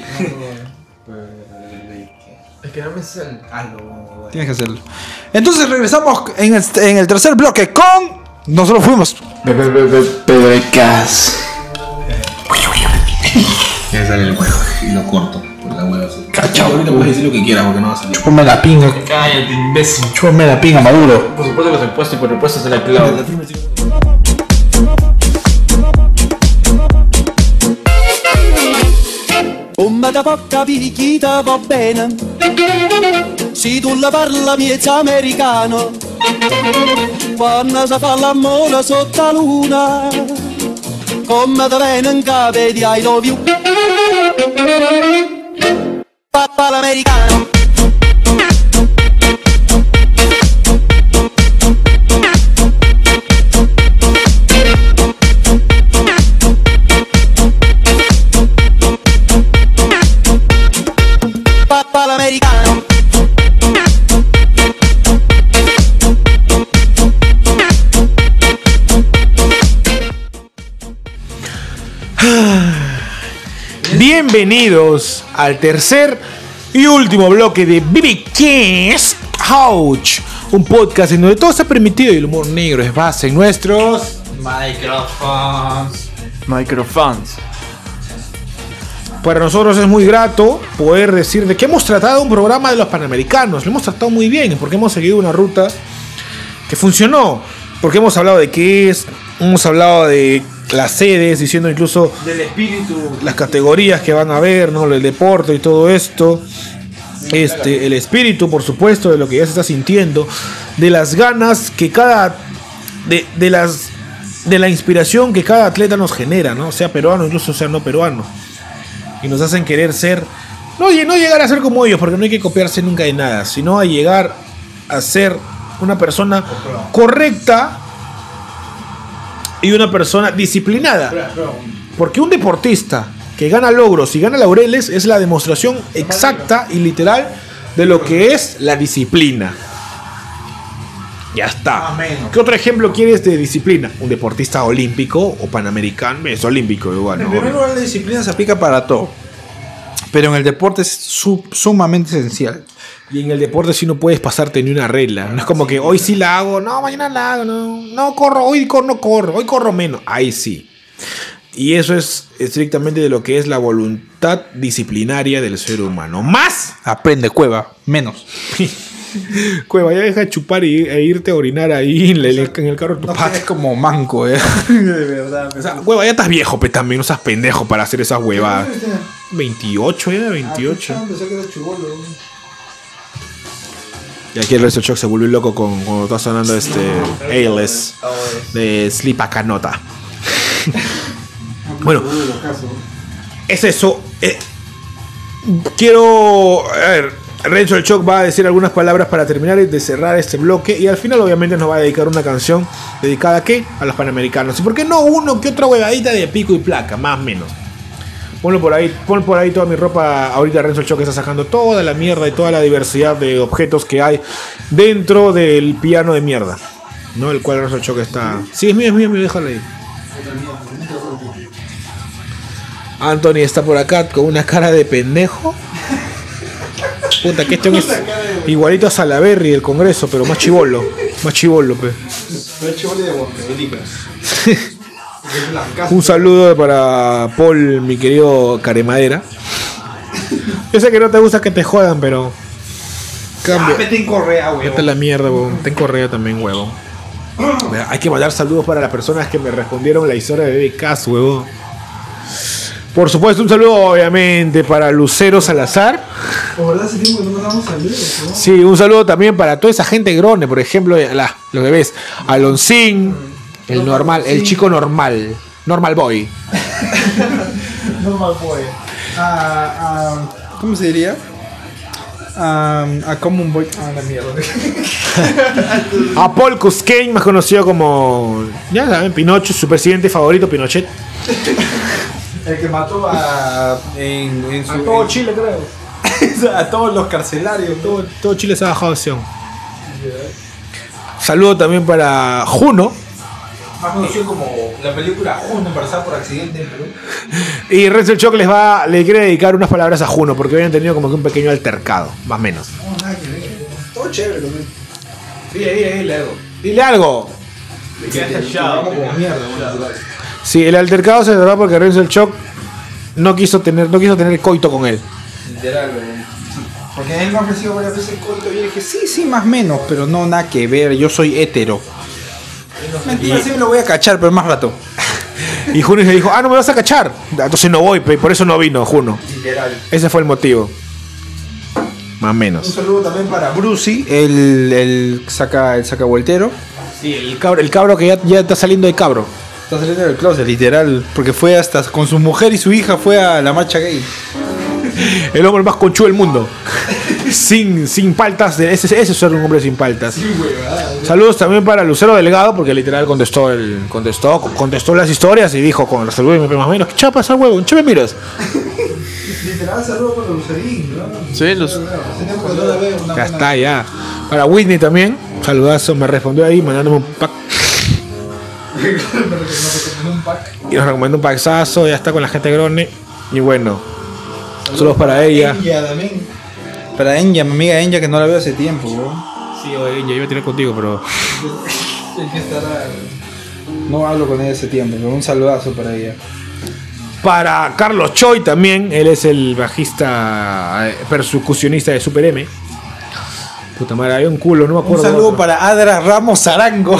Es que no me sale. Tienes que hacerlo. Entonces regresamos en el tercer bloque con... Nosotros fuimos... Bebé Cas. Ya sale el huevo y lo corto por la hueva. Cachao. Ahorita puedes decir lo que quieras porque no va a salir. Chúpame la pinga. Cállate, imbécil. Chúpame la pinga, Maduro. Por supuesto que los impuestos y por impuestos se la clavo. Come da poca picchita va bene, se tu la parla miezza americano, quando si fa l'amore sotto la luna, come da viene capo di I love you, papà l'americano. Papà l'americano. Bienvenidos al tercer y último bloque de BBcast Ouch, un podcast en donde todo está permitido y el humor negro es base en nuestros Microfans. Para nosotros es muy grato poder decir de que hemos tratado un programa de los Panamericanos. Lo hemos tratado muy bien porque hemos seguido una ruta que funcionó. Porque hemos hablado de qué es, hemos hablado de las sedes, diciendo incluso Del espíritu. las categorías que van a haber, ¿no? El deporte y todo esto. El espíritu, por supuesto, de lo que ya se está sintiendo, de las ganas que cada de la inspiración que cada atleta nos genera, ¿no? Sea peruano, incluso sea no peruano. Y nos hacen querer ser, no llegar a ser como ellos, porque no hay que copiarse nunca de nada, sino a llegar a ser una persona correcta y una persona disciplinada. Porque un deportista que gana logros y gana laureles es la demostración exacta y literal de lo que es la disciplina. Ya está. ¿Qué otro ejemplo quieres de disciplina? Un deportista olímpico o panamericano. Es olímpico igual, En ¿no? primer lugar, la disciplina se aplica para todo. Pero en el deporte es sumamente esencial. Y en el deporte sí no puedes pasarte ni una regla. No es como que hoy sí la hago, no, mañana la hago, no corro, hoy no corro, hoy corro menos. Ahí sí. Y eso es estrictamente de lo que es la voluntad disciplinaria del ser humano. Más. Aprende, cueva. Menos. Cueva, ya deja de chupar e irte a orinar ahí en el carro de tu No padre. es como manco, De verdad. O sea, hueva, ya estás viejo, también, no seas pendejo para hacer esas huevadas. 28 ya, 28. Y aquí el resto Choc se volvió loco cuando está sonando A-Less de Sleep Acanota. Bueno, es eso. Quiero. A ver, Renzo el Choc va a decir algunas palabras para terminar de cerrar este bloque. Y al final, obviamente, nos va a dedicar una canción dedicada a qué? A los panamericanos. ¿Y por qué no uno que otra huevadita de pico y placa? Más o menos. Pon por ahí toda mi ropa. Ahorita Renzo el Choc está sacando toda la mierda y toda la diversidad de objetos que hay dentro del piano de mierda, ¿no? El cual Renzo el Choc está. Sí, es mío, déjalo ahí. Anthony está por acá con una cara de pendejo. Puta, que este es igualito a Salaberry del Congreso, pero más chivolo. Más chivolo, pe. Un saludo para Paul, mi querido Caremadera. Yo sé que no te gusta que te jodan, pero cambia. Ten correa, Vete a la mierda, weón. Ten correa también, huevón. Hay que mandar saludos para las personas que me respondieron la historia de Baby Cass, huevón. Por supuesto, un saludo obviamente para Lucero Salazar. Por verdad, hace tiempo que no mandamos saludos, ¿no? Sí, un saludo también para toda esa gente grone, por ejemplo, lo que ves, Alonsín, el normal, el chico normal, normal boy. Normal boy. ¿Cómo se diría? A Common Boy. La mierda. A Paul Cusquein, más conocido como, ya saben, Pinocho, su presidente favorito, Pinochet. El que mató a todo Chile, creo. a todos los carcelarios. Todo Chile se ha bajado de acción. Saludo también para Juno. Más conocido como la película Juno, embarazada por accidente en Perú. Y Renzo el Choc le quiere dedicar unas palabras a Juno, porque habían tenido como que un pequeño altercado, más o menos. No, nada que ver. Todo chévere, lo que... Dile algo. Dile algo. Como mierda, Sí, el altercado se trató porque Renzo el Choc no quiso tener coito con él. Literal, porque él me ha ofrecido varias veces coito y yo dije, sí, más o menos, pero no, nada que ver, yo soy hétero. Mentira, sí me lo voy a cachar, pero más rato. Y Juno le dijo, no me vas a cachar. Entonces no voy, por eso no vino Juno. Literal. Ese fue el motivo. Más o menos. Un saludo también para Brucey, el saca voltero. Sí, el cabro que ya está saliendo de cabro. Está saliendo del closet, literal, porque fue hasta con su mujer y su hija fue a la marcha gay. El hombre más conchudo del mundo. sin paltas. Ese es un hombre sin paltas. Sí, saludos también para Lucero Delgado, porque literal contestó las historias y dijo con saludos más o menos, ¿qué chapa esa huevo? ¿Qué me miras? Literal, saludos para Lucerín, ¿no? Sí, Ya está, ya. Para Whitney también, saludazo, me respondió ahí mandándome un pack. Y nos recomendó un paxazo, ya está con la gente grone. Y bueno, saludos para ella. Para Enya, mi amiga Enya, que no la veo hace tiempo, bro. Sí, oye, Enya, iba a tener contigo, pero no hablo con ella hace tiempo, pero un saludazo para ella. para Carlos Choi también, él es el bajista percusionista de Super M. Puta madre, hay un culo, no me acuerdo. Un saludo para Adra Ramos Arango.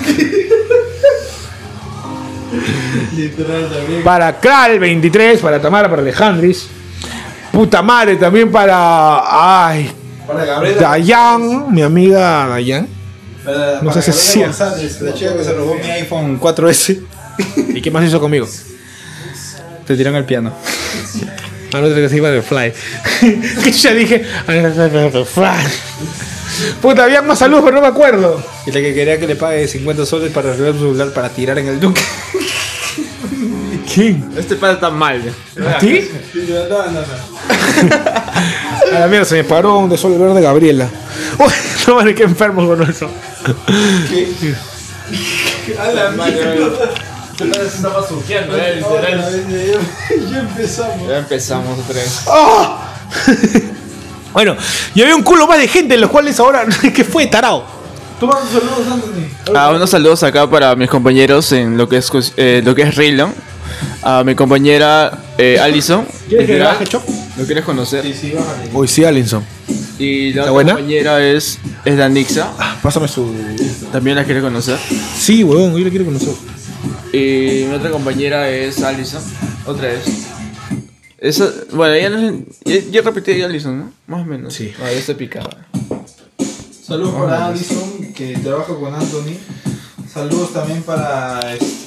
Literal también. Para Kral 23, para Tamara, para Alejandris. Puta madre, también para. Ay. Para Gabriela. Dayan, mi amiga Dayan. No sé si es la chica que se robó mi iPhone 4S. ¿Y qué más hizo conmigo? Te tiran al piano. Ah, no, que se iba de Fly. Que ya dije. Fly. Puta, había más saludos, pero no me acuerdo. Y la que quería que le pague 50 soles para arreglar su celular para tirar en el Duque. ¿Quién? Este padre está mal. ¿A ti? No. A la mierda, se me paró un de sol verde Gabriela. Uy, no vale, qué enfermos con eso. ¿Qué? A la mierda. Se estaba surgiendo, Ya empezamos. Ya empezamos otra vez. ¡Oh! Bueno, y había un culo más de gente en los cuales ahora. ¿Qué fue, tarao? Toma tus saludos, Anthony. Unos saludos acá para mis compañeros en lo que es Raylan. A mi compañera Alison. ¿Quieres que baje, Choc? ¿Lo quieres conocer? Sí, bájale. Uy, sí, Alinson. Y la ¿Está otra buena? compañera es Danixa. Pásame su. También la quieres conocer. Sí, huevón, yo le quiero conocer. Y mi otra compañera es Alison. Otra vez. Esa, bueno, ya, no, ya repetí a Alison, ¿no? Más o menos. Sí. Ya está picada. Saludos para Alison, que trabaja con Anthony. Saludos también para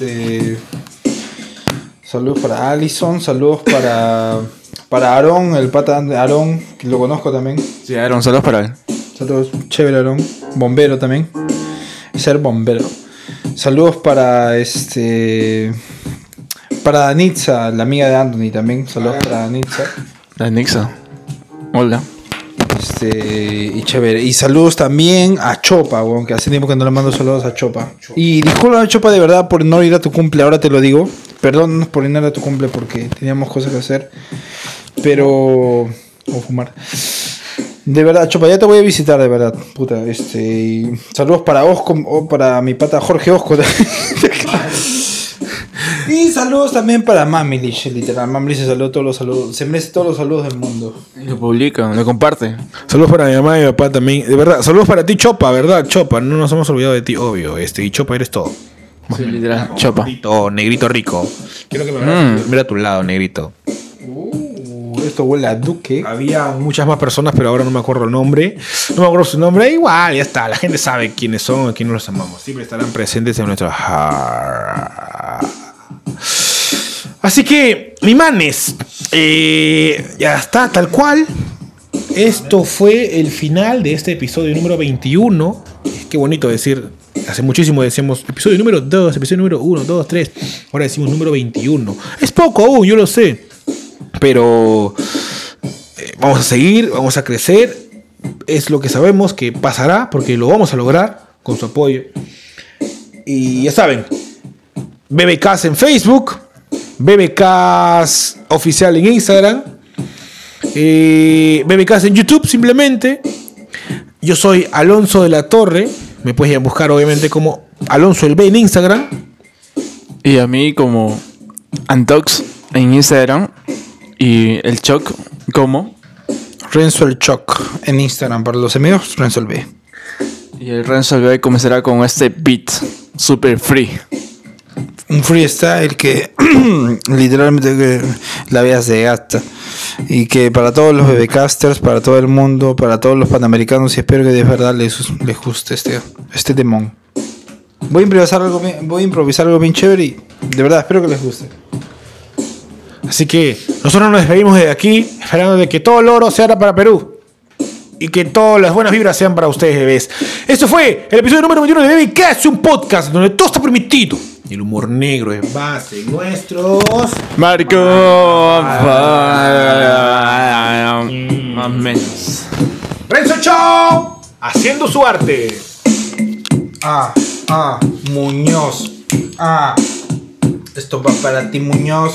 Saludos para Alison, saludos para Aarón, el pata de Aarón, que lo conozco también. Sí, Aaron, saludos para él. Saludos, chévere Aarón, bombero también. Ser bombero. Saludos para para Danitza, la amiga de Anthony también. Saludos para Danitza. Danixa. Hola. Y chévere. Y saludos también a Chopa, weón, que hace tiempo que no le mando saludos a Chopa. Y disculpa, Chopa, de verdad por no ir a tu cumple, ahora te lo digo. perdón por ir a tu cumple porque teníamos cosas que hacer. Pero... o fumar. De verdad, Chopa, ya te voy a visitar, de verdad. Puta, y saludos para Osco, o para mi pata Jorge Osco. Y saludos también para Mamilich, literal. Mamilich se saluda todos los saludos. Se merece todos los saludos del mundo. Lo publica, lo comparte. Saludos para mi mamá y mi papá también. De verdad, saludos para ti, Chopa, ¿verdad? Chopa, no nos hemos olvidado de ti, obvio. Y Chopa eres todo. Sí, literal. Chopa. Negrito rico. Quiero que me veas. Mira a tu lado, negrito. Esto huele a Duque. Había muchas más personas, pero ahora no me acuerdo el nombre. No me acuerdo su nombre. Igual, ya está. La gente sabe quiénes son, a quiénes los amamos. Siempre estarán presentes en nuestro heart. Así que, mi manes, ya está, tal cual. Esto fue el final de este episodio número 21. Qué bonito decir. Hace muchísimo decíamos episodio número 2, episodio número 1, 2, 3. Ahora decimos número 21. Es poco aún, yo lo sé. Pero vamos a seguir, vamos a crecer. Es lo que sabemos que pasará, porque lo vamos a lograr con su apoyo. Y ya saben, BBKs en Facebook, BBKs oficial en Instagram, BBKs en YouTube simplemente. Yo soy Alonso de la Torre. Me puedes buscar obviamente como Alonso el B en Instagram. Y a mí como Antox en Instagram. Y el Choc como Renzo el Choc en Instagram para los amigos, Renzo el B. Y el Renzo el B comenzará con este beat super free. Un freestyle que literalmente que la vida se gasta. Y que para todos los BBcasters, para todo el mundo, para todos los panamericanos, y espero que de verdad les guste este demon. Voy a improvisar algo bien chévere y de verdad espero que les guste. Así que nosotros nos despedimos de aquí, esperando de que todo el oro sea para Perú y que todas las buenas vibras sean para ustedes, bebés. Esto fue el episodio número 21 de BBK, un podcast donde todo está permitido y el humor negro es base en nuestros Marco más menos. Renzo Show haciendo su arte. Muñoz. Esto va para ti, Muñoz.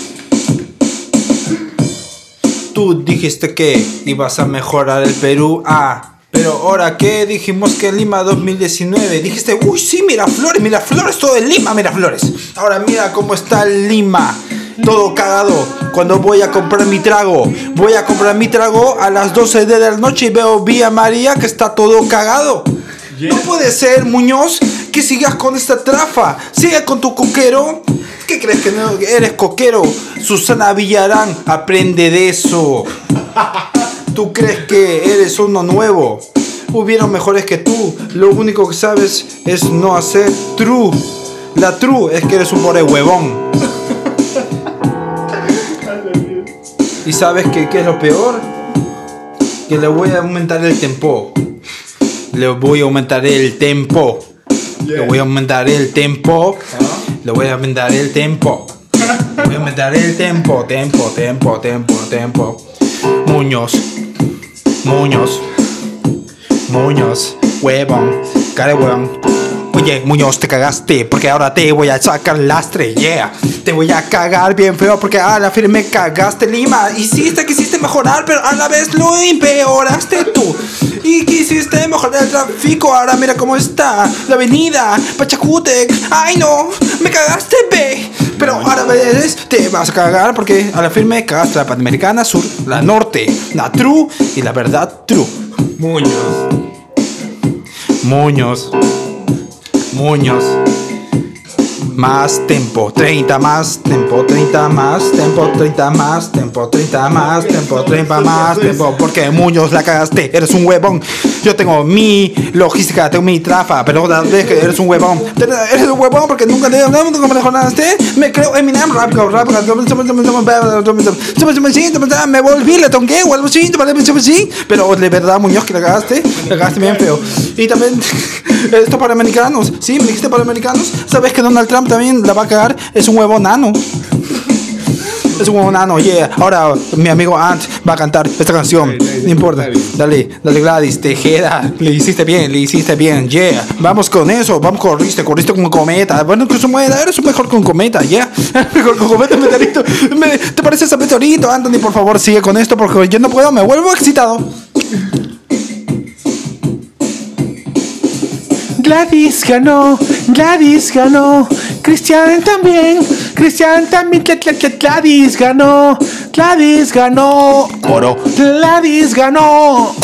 Tú dijiste que ibas a mejorar el Perú, pero ahora que dijimos que Lima 2019, dijiste, uy sí, Miraflores, todo en Lima, Miraflores. Ahora mira cómo está Lima, todo cagado. Cuando voy a comprar mi trago a las 12 de la noche y veo Vía María que está todo cagado. No puede ser, Muñoz, que sigas con esta trafa. Siga con tu coquero. ¿Qué crees que no eres coquero? Susana Villarán, aprende de eso. ¿Tú crees que eres uno nuevo? Hubieron mejores que tú. Lo único que sabes es no hacer true. La true es que eres un pobre huevón. ¿Y sabes qué es lo peor? Que le voy a aumentar el tempo. Le voy a aumentar el tempo. Muñoz, huevón, cara huevón. Oye, Muñoz, te cagaste porque ahora te voy a sacar lastre, yeah. Te voy a cagar bien feo porque a la firme cagaste Lima. Quisiste mejorar, pero a la vez lo empeoraste tú. Y quisiste mejorar el tráfico, ahora mira cómo está la avenida Pachacútec. Ay no, me cagaste, pe. Pero ahora ves, te vas a cagar porque a la firme cagaste la Panamericana Sur, la Norte, la True y la verdad True. Muñoz. Más tempo, 30 más, tempo, 30 más, tempo, 30 más, tempo, 30 más, tempo, 30 más, tempo, porque Muñoz la cagaste, eres un huevón. Yo tengo mi logística, tengo mi trafa, pero otra vez que eres un huevón. Eres un huevón porque nunca te mejoraste. Me creo Eminem, rap, me volví, le tonqué, o algo así, pero de verdad, Muñoz, que la cagaste bien feo. Y también, esto para americanos, ¿sí? Me dijiste para americanos. ¿Sabes que Donald Trump también la va a cagar? Es un huevo nano. es un nano, yeah. Ahora mi amigo Ant va a cantar esta canción. No importa. Dale Gladys Tejeda. Le hiciste bien, yeah. Vamos con eso, corriste como cometa. Bueno, que eres mejor con cometa, yeah. Mejor con cometa, meteorito. ¿Te pareces a meteorito, Anthony? Por favor, sigue con esto porque yo no puedo, me vuelvo excitado. Gladys ganó, Cristian también, Gladys ganó, oro, Gladys ganó,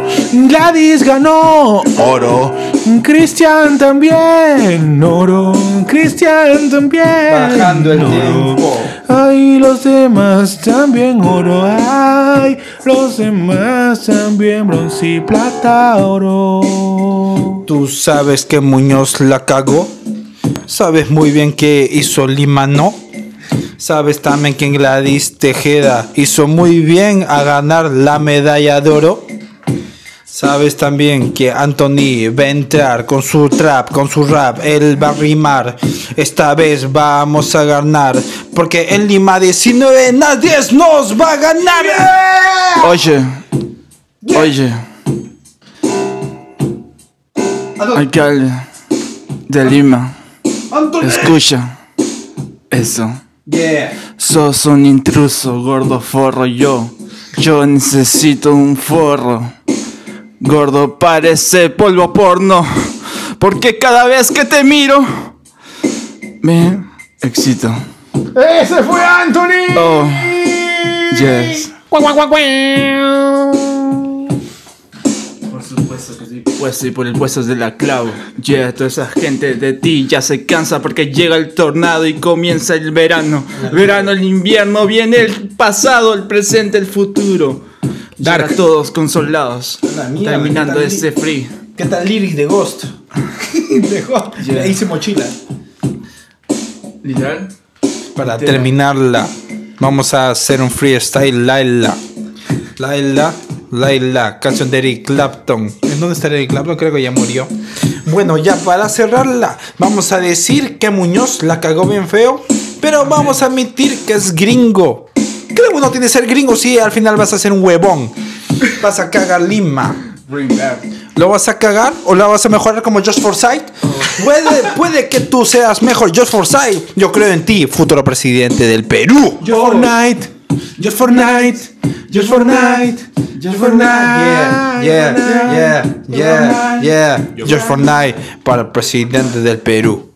oro, Cristian también, oro, Cristian también, Bajando el oro. tiempo. Ay, los demás también oro, ay, los demás también bronce y plata, oro. Tú sabes que Muñoz la cagó. Sabes muy bien que hizo Lima, ¿no? Sabes también que Gladys Tejeda hizo muy bien a ganar la medalla de oro. Sabes también que Anthony va a entrar con su trap, con su rap, él va a rimar. Esta vez vamos a ganar, porque en Lima 19-10 nos va a ganar. Oye, alcalde de Lima, escucha eso. Sos un intruso, gordo forro. Yo necesito un forro. Gordo, parece polvo porno, porque cada vez que te miro me excito. ¡Ese fue Anthony! Oh, yes. Por supuesto que sí, puesto y por el puesto de la clavo. Yeah, toda esa gente de ti ya se cansa porque llega el tornado y comienza el verano. Verano, el invierno, viene el pasado, el presente, el futuro. Dark. Ya todos consolados, mierda, terminando ¿qué tal este free. ¿Qué tal lyrics de Ghost? De Ghost. Yeah. Le hice mochila. Literal. Para terminarla, vamos a hacer un freestyle. Laila, canción de Eric Clapton. ¿En dónde está Eric Clapton? Creo que ya murió. Bueno, ya para cerrarla, vamos a decir que Muñoz la cagó bien feo, pero vamos a admitir que es gringo. Creo que no tiene que ser gringo si al final vas a ser un huevón. Vas a cagar Lima. ¿Lo vas a cagar o lo vas a mejorar como Just Forsyth? Puede que tú seas mejor Just Forsyth. Yo creo en ti, futuro presidente del Perú. Just for night. Yeah. Just for night para el presidente del Perú.